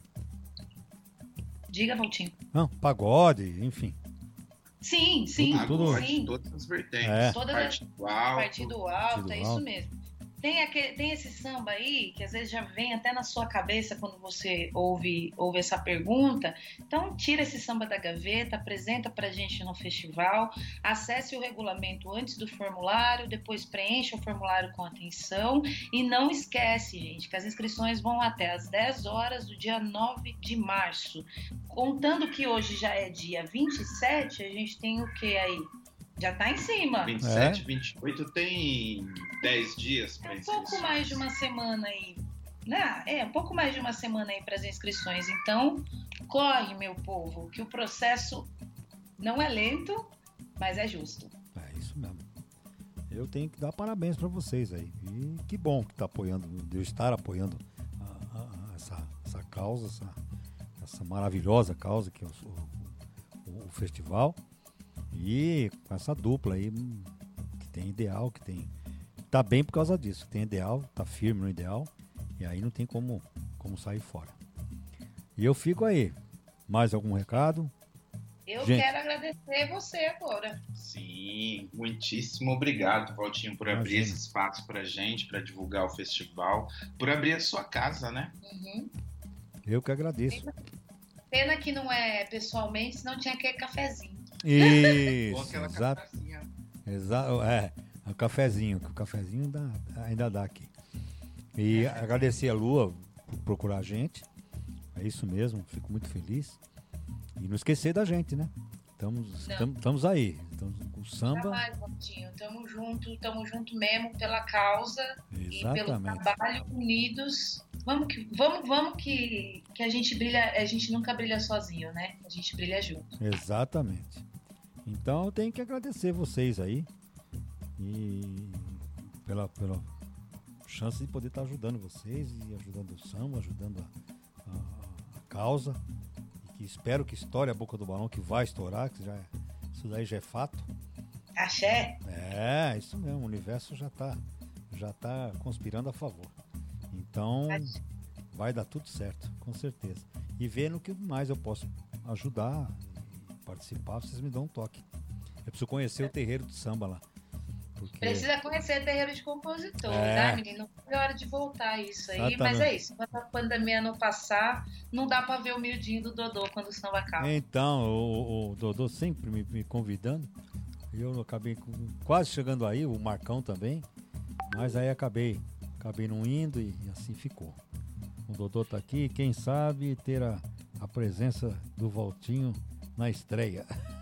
Diga, Valtinho. Não, pagode, enfim. Sim, sim, Tudo, sim. Todas as vertentes. É. Todas partido as... alto. Partido alto, Partido é alto. isso mesmo. Tem, aquele, tem esse samba aí, que às vezes já vem até na sua cabeça quando você ouve, ouve essa pergunta. Então, tira esse samba da gaveta, apresenta pra gente no festival, acesse o regulamento antes do formulário, depois preencha o formulário com atenção e não esquece, gente, que as inscrições vão até às dez horas do dia nove de março. Contando que hoje já é dia vinte e sete, a gente tem o que aí? Já tá em cima. vinte e sete, vinte e oito tem dez dias para É um inscrições. pouco mais de uma semana aí. Não, é, um pouco mais de uma semana aí para as inscrições. Então, corre, meu povo, que o processo não é lento, mas é justo. É isso mesmo. Eu tenho que dar parabéns para vocês aí. E que bom que tá apoiando, de eu estar apoiando a, a, a essa, essa causa, essa, essa maravilhosa causa que é o, o, o festival. E com essa dupla aí, que tem ideal, que tem... Tá bem por causa disso. Tem ideal, tá firme no ideal. E aí não tem como, como sair fora. E eu fico aí. Mais algum recado? Eu Gente. quero agradecer você agora. Sim, muitíssimo obrigado, Valtinho, por abrir Imagina. esse espaço pra gente, para divulgar o festival, por abrir a sua casa, né? Uhum. Eu que agradeço. Pena que não é pessoalmente, senão tinha aquele cafezinho. Ou Isso, aquela exato. cachaçinha. Exato, é, o cafezinho, que o cafezinho dá, ainda dá aqui. E agradecer a Lua por procurar a gente. É isso mesmo, fico muito feliz. E não esquecer da gente, né? Estamos, Não. estamos aí. Estamos com o samba. Jamais, Valtinho. Tamo junto, tamo junto mesmo pela causa e pelo Exatamente. trabalho unidos. Vamos que, vamos, vamos que, que a gente brilha, a gente nunca brilha sozinho, né? A gente brilha junto. Exatamente. Então eu tenho que agradecer vocês aí. E pela, pela chance de poder estar ajudando vocês e ajudando o samba, ajudando a, a, a causa. E que espero que estoure a boca do balão, que vai estourar, que já é- isso daí já é fato. Axé? É, isso mesmo, o universo já está já tá conspirando a favor. Então vai dar tudo certo, com certeza. E ver no que mais eu posso ajudar e participar, vocês me dão um toque. Eu preciso conhecer o terreiro de samba lá. Porque Precisa conhecer terreiro de compositor, É. tá, menino? Não é hora de voltar isso aí, Exatamente. mas é isso. Quando a pandemia não passar, não dá pra ver o miudinho do Dodô quando o samba acaba. Então, o, o Dodô sempre me, me convidando. E eu acabei com- quase chegando aí, o Marcão também. Mas aí acabei, acabei não indo e, e assim ficou. O Dodô tá aqui, quem sabe ter a, a presença do Valtinho na estreia.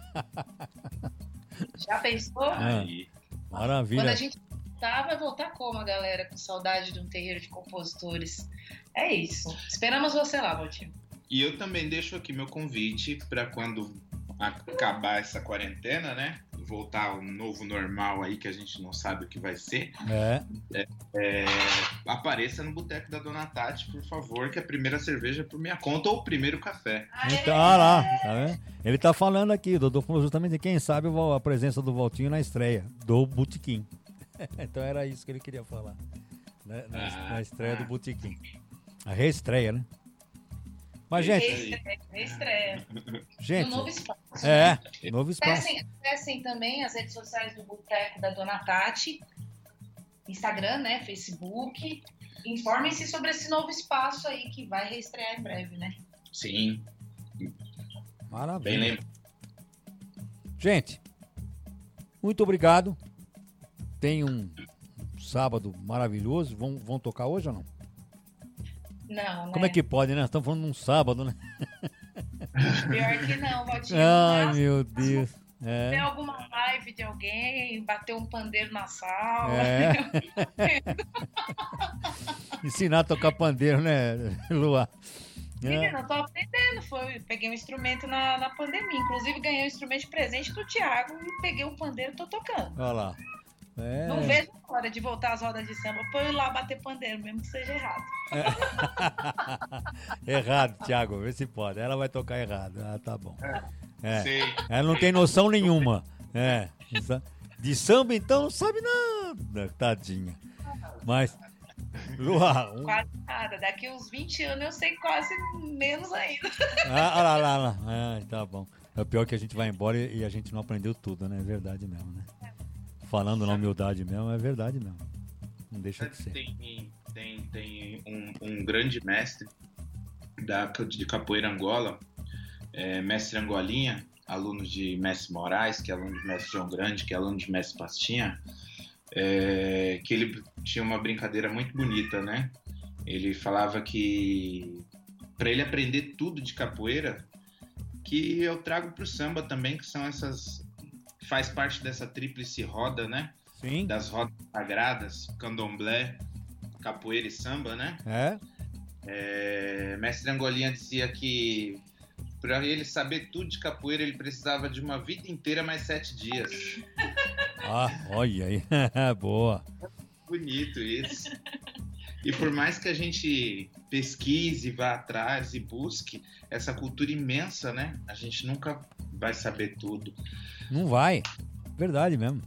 Já pensou? Ah, Aí. Quando Maravilha. a gente voltar, vai voltar como a galera com saudade de um terreiro de compositores. É isso. Esperamos você lá, Valtinho. E eu também deixo aqui meu convite para quando acabar essa quarentena, né? Voltar ao novo normal aí, que a gente não sabe o que vai ser. É, É, apareça no Boteco da Dona Tati, por favor, que a primeira cerveja é por minha conta ou o primeiro café. então, ah lá, tá vendo? Ele tá falando aqui, o Dodô falou justamente, quem sabe o- a presença do Valtinho na estreia do Botequim. Então era isso que ele queria falar. né? Na, Ah, na estreia do ah. Botequim. A reestreia, né? Mas, gente, Reestreia, reestreia. gente, No novo espaço. é, novo espaço. Acessem, acessem também as redes sociais do Boteco da Dona Tati. Instagram, né? Facebook. Informem-se sobre esse novo espaço aí que vai reestrear em breve, né? Sim, bem Maravilha. lembrado. Gente, muito obrigado. Tenham um sábado maravilhoso. Vão, vão tocar hoje ou não? Não, né? Como é que pode, né? Estamos falando num sábado, né? Pior que não, Valtinho. Ai, Mas meu Deus. Tem É, alguma live de alguém, bateu um pandeiro na sala. é. Ensinar a tocar pandeiro, né, Lua? É. Menina, eu tô aprendendo. Foi, peguei um instrumento na, na pandemia. Inclusive, ganhei um instrumento de presente do Thiago e peguei um pandeiro e tô tocando. Olha lá. É. Não vejo a hora de voltar às rodas de samba. Põe lá bater pandeiro, mesmo que seja errado. Errado, Thiago, vê se pode. Ela vai tocar errado. Ah, tá bom. É. Sei. Ela não tem noção nenhuma. É. De samba, então, não sabe nada. Tadinha. Mas, Lua, um... Quase nada. Daqui uns vinte anos eu sei quase menos ainda. ah, ah, lá, lá, lá. Ah, tá bom. É o pior que a gente vai embora e a gente não aprendeu tudo, né? É verdade mesmo, né? Falando na humildade mesmo, é verdade mesmo. Não deixa de ser. Tem, tem, tem um, um grande mestre da, de capoeira Angola, é, mestre Angolinha, aluno de mestre Moraes, que é aluno de mestre João Grande, que é aluno de mestre Pastinha, é, que ele tinha uma brincadeira muito bonita, né? Ele falava que para ele aprender tudo de capoeira, que eu trago pro samba também, que são essas... faz parte dessa tríplice roda, né? Sim. Das rodas sagradas, candomblé, capoeira e samba, né? É? É, mestre Angolinha dizia que para ele saber tudo de capoeira ele precisava de uma vida inteira mais sete dias. Ah, olha aí. Boa. Bonito isso. E por mais que a gente pesquise, vá atrás e busque essa cultura imensa, né? A gente nunca vai saber tudo. Não vai. Verdade mesmo.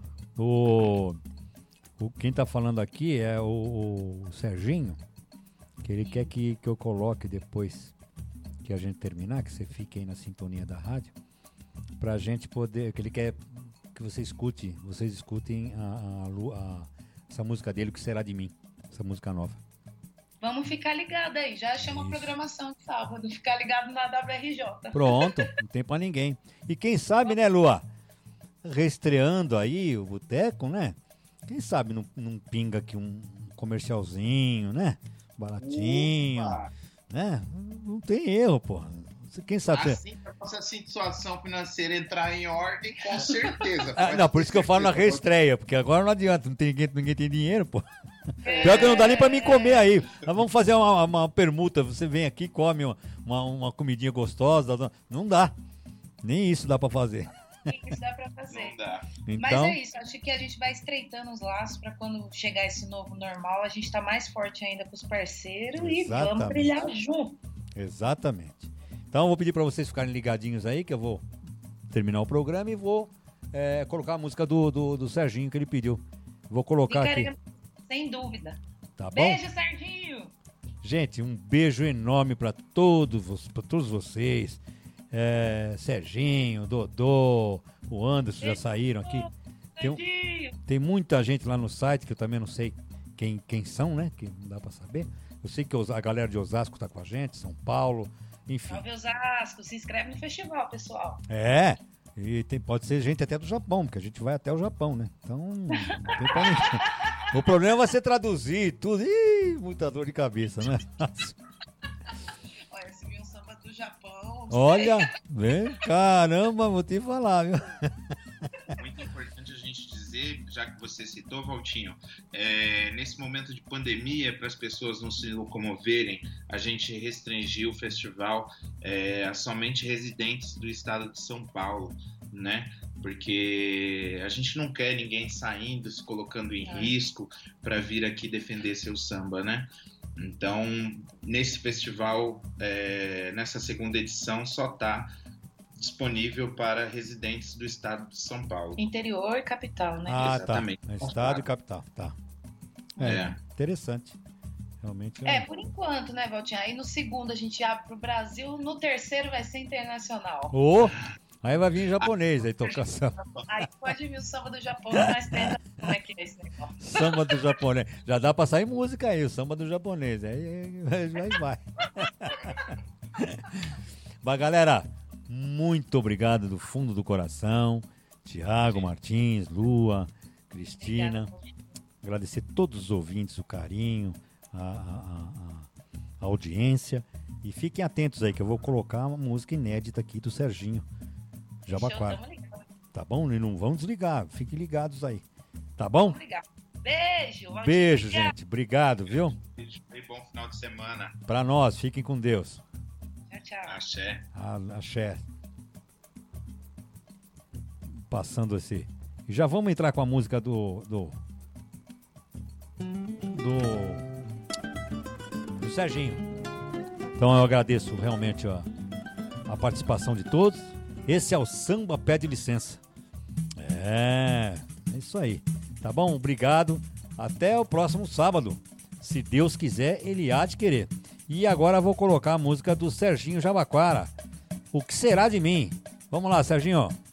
O, o, quem tá falando aqui é o, o Serginho, que ele quer que, que eu coloque depois que a gente terminar, que você fique aí na sintonia da rádio, pra gente poder, que ele quer que você escute, vocês escutem a, a, a, essa música dele, O Que Será de Mim, essa música nova. Vamos ficar ligado aí, já chama a programação de sábado, ficar ligado na W R J. Pronto, não tem pra ninguém. E quem sabe, né, Lua, reestreando aí o boteco, né, quem sabe não, não pinga aqui um comercialzinho, né, baratinho, Ufa. Né, não tem erro, porra. Quem sabe... Assim, para essa situação financeira entrar em ordem, com certeza. Ah, não, por isso que eu falo na reestreia, porque agora não adianta, não tem ninguém, ninguém tem dinheiro, pô. Pior que não dá nem pra mim comer aí. Nós vamos fazer uma, uma permuta, você vem aqui, come uma, uma, uma comidinha gostosa, não dá. Nem isso dá pra fazer. Nem isso dá pra fazer. Não dá. Então... Mas é isso, acho que a gente vai estreitando os laços pra quando chegar esse novo normal, a gente tá mais forte ainda com os parceiros. Exatamente. E vamos brilhar junto. Exatamente. Então eu vou pedir pra vocês ficarem ligadinhos aí, que eu vou terminar o programa e vou é, colocar a música do, do, do Serginho que ele pediu. Vou colocar aqui. Sem dúvida. Tá bom? Beijo, Serginho! Gente, um beijo enorme pra todos, pra todos vocês. É, Serginho, Dodô, o Anderson beijo, já saíram aqui. Tem, tem muita gente lá no site que eu também não sei quem, quem são, né? Que não dá pra saber. Eu sei que a galera de Osasco tá com a gente, São Paulo, enfim. Salve Osasco, se inscreve no festival, pessoal. É, e tem, pode ser gente até do Japão, porque a gente vai até o Japão, né? Então, não tem pra ninguém. O problema vai ser traduzir tudo. Ih, muita dor de cabeça, né? Olha, se vir um samba do Japão... Olha, vem, caramba, vou te falar, viu? Muito importante a gente dizer, já que você citou, Valtinho, é, nesse momento de pandemia, para as pessoas não se locomoverem, a gente restringiu o festival é, a somente residentes do estado de São Paulo, né? Porque a gente não quer ninguém saindo, se colocando em é. risco para vir aqui defender seu samba, né? Então, nesse festival, é, nessa segunda edição, só está disponível para residentes do estado de São Paulo. Interior e capital, né? Ah, exatamente. Tá. Estado e capital, tá. É, é. Interessante. Realmente é... é, por enquanto, né, Valtinho? Aí no segundo a gente abre pro Brasil, no terceiro vai ser internacional. Ô! Oh! Aí vai vir japonês aí tocar samba. Aí pode vir o samba do Japão, mas pensa como é que é esse negócio. Samba do japonês. Já dá pra sair música aí, o samba do japonês. Aí vai, vai. Mas galera, muito obrigado do fundo do coração. Tiago, Martins, Lua, Cristina. Obrigada. Agradecer a todos os ouvintes, o carinho, a, a, a, a audiência. E fiquem atentos aí que eu vou colocar uma música inédita aqui do Serginho Jabaquara. Tá bom? E não vão desligar. Fiquem ligados aí. Tá bom? Beijo. Beijo, gente. Obrigado, viu? Beijo e bom final de semana. Pra nós. Fiquem com Deus. Tchau, tchau. Axé. Ah, axé. Passando esse... E já vamos entrar com a música do... Do... Do, do Serginho. Então eu agradeço realmente a, a participação de todos. Esse é o Samba Pede Licença. É, é isso aí. Tá bom? Obrigado. Até o próximo sábado. Se Deus quiser, ele há de querer. E agora vou colocar a música do Serginho Jabaquara. O Que Será de Mim? Vamos lá, Serginho.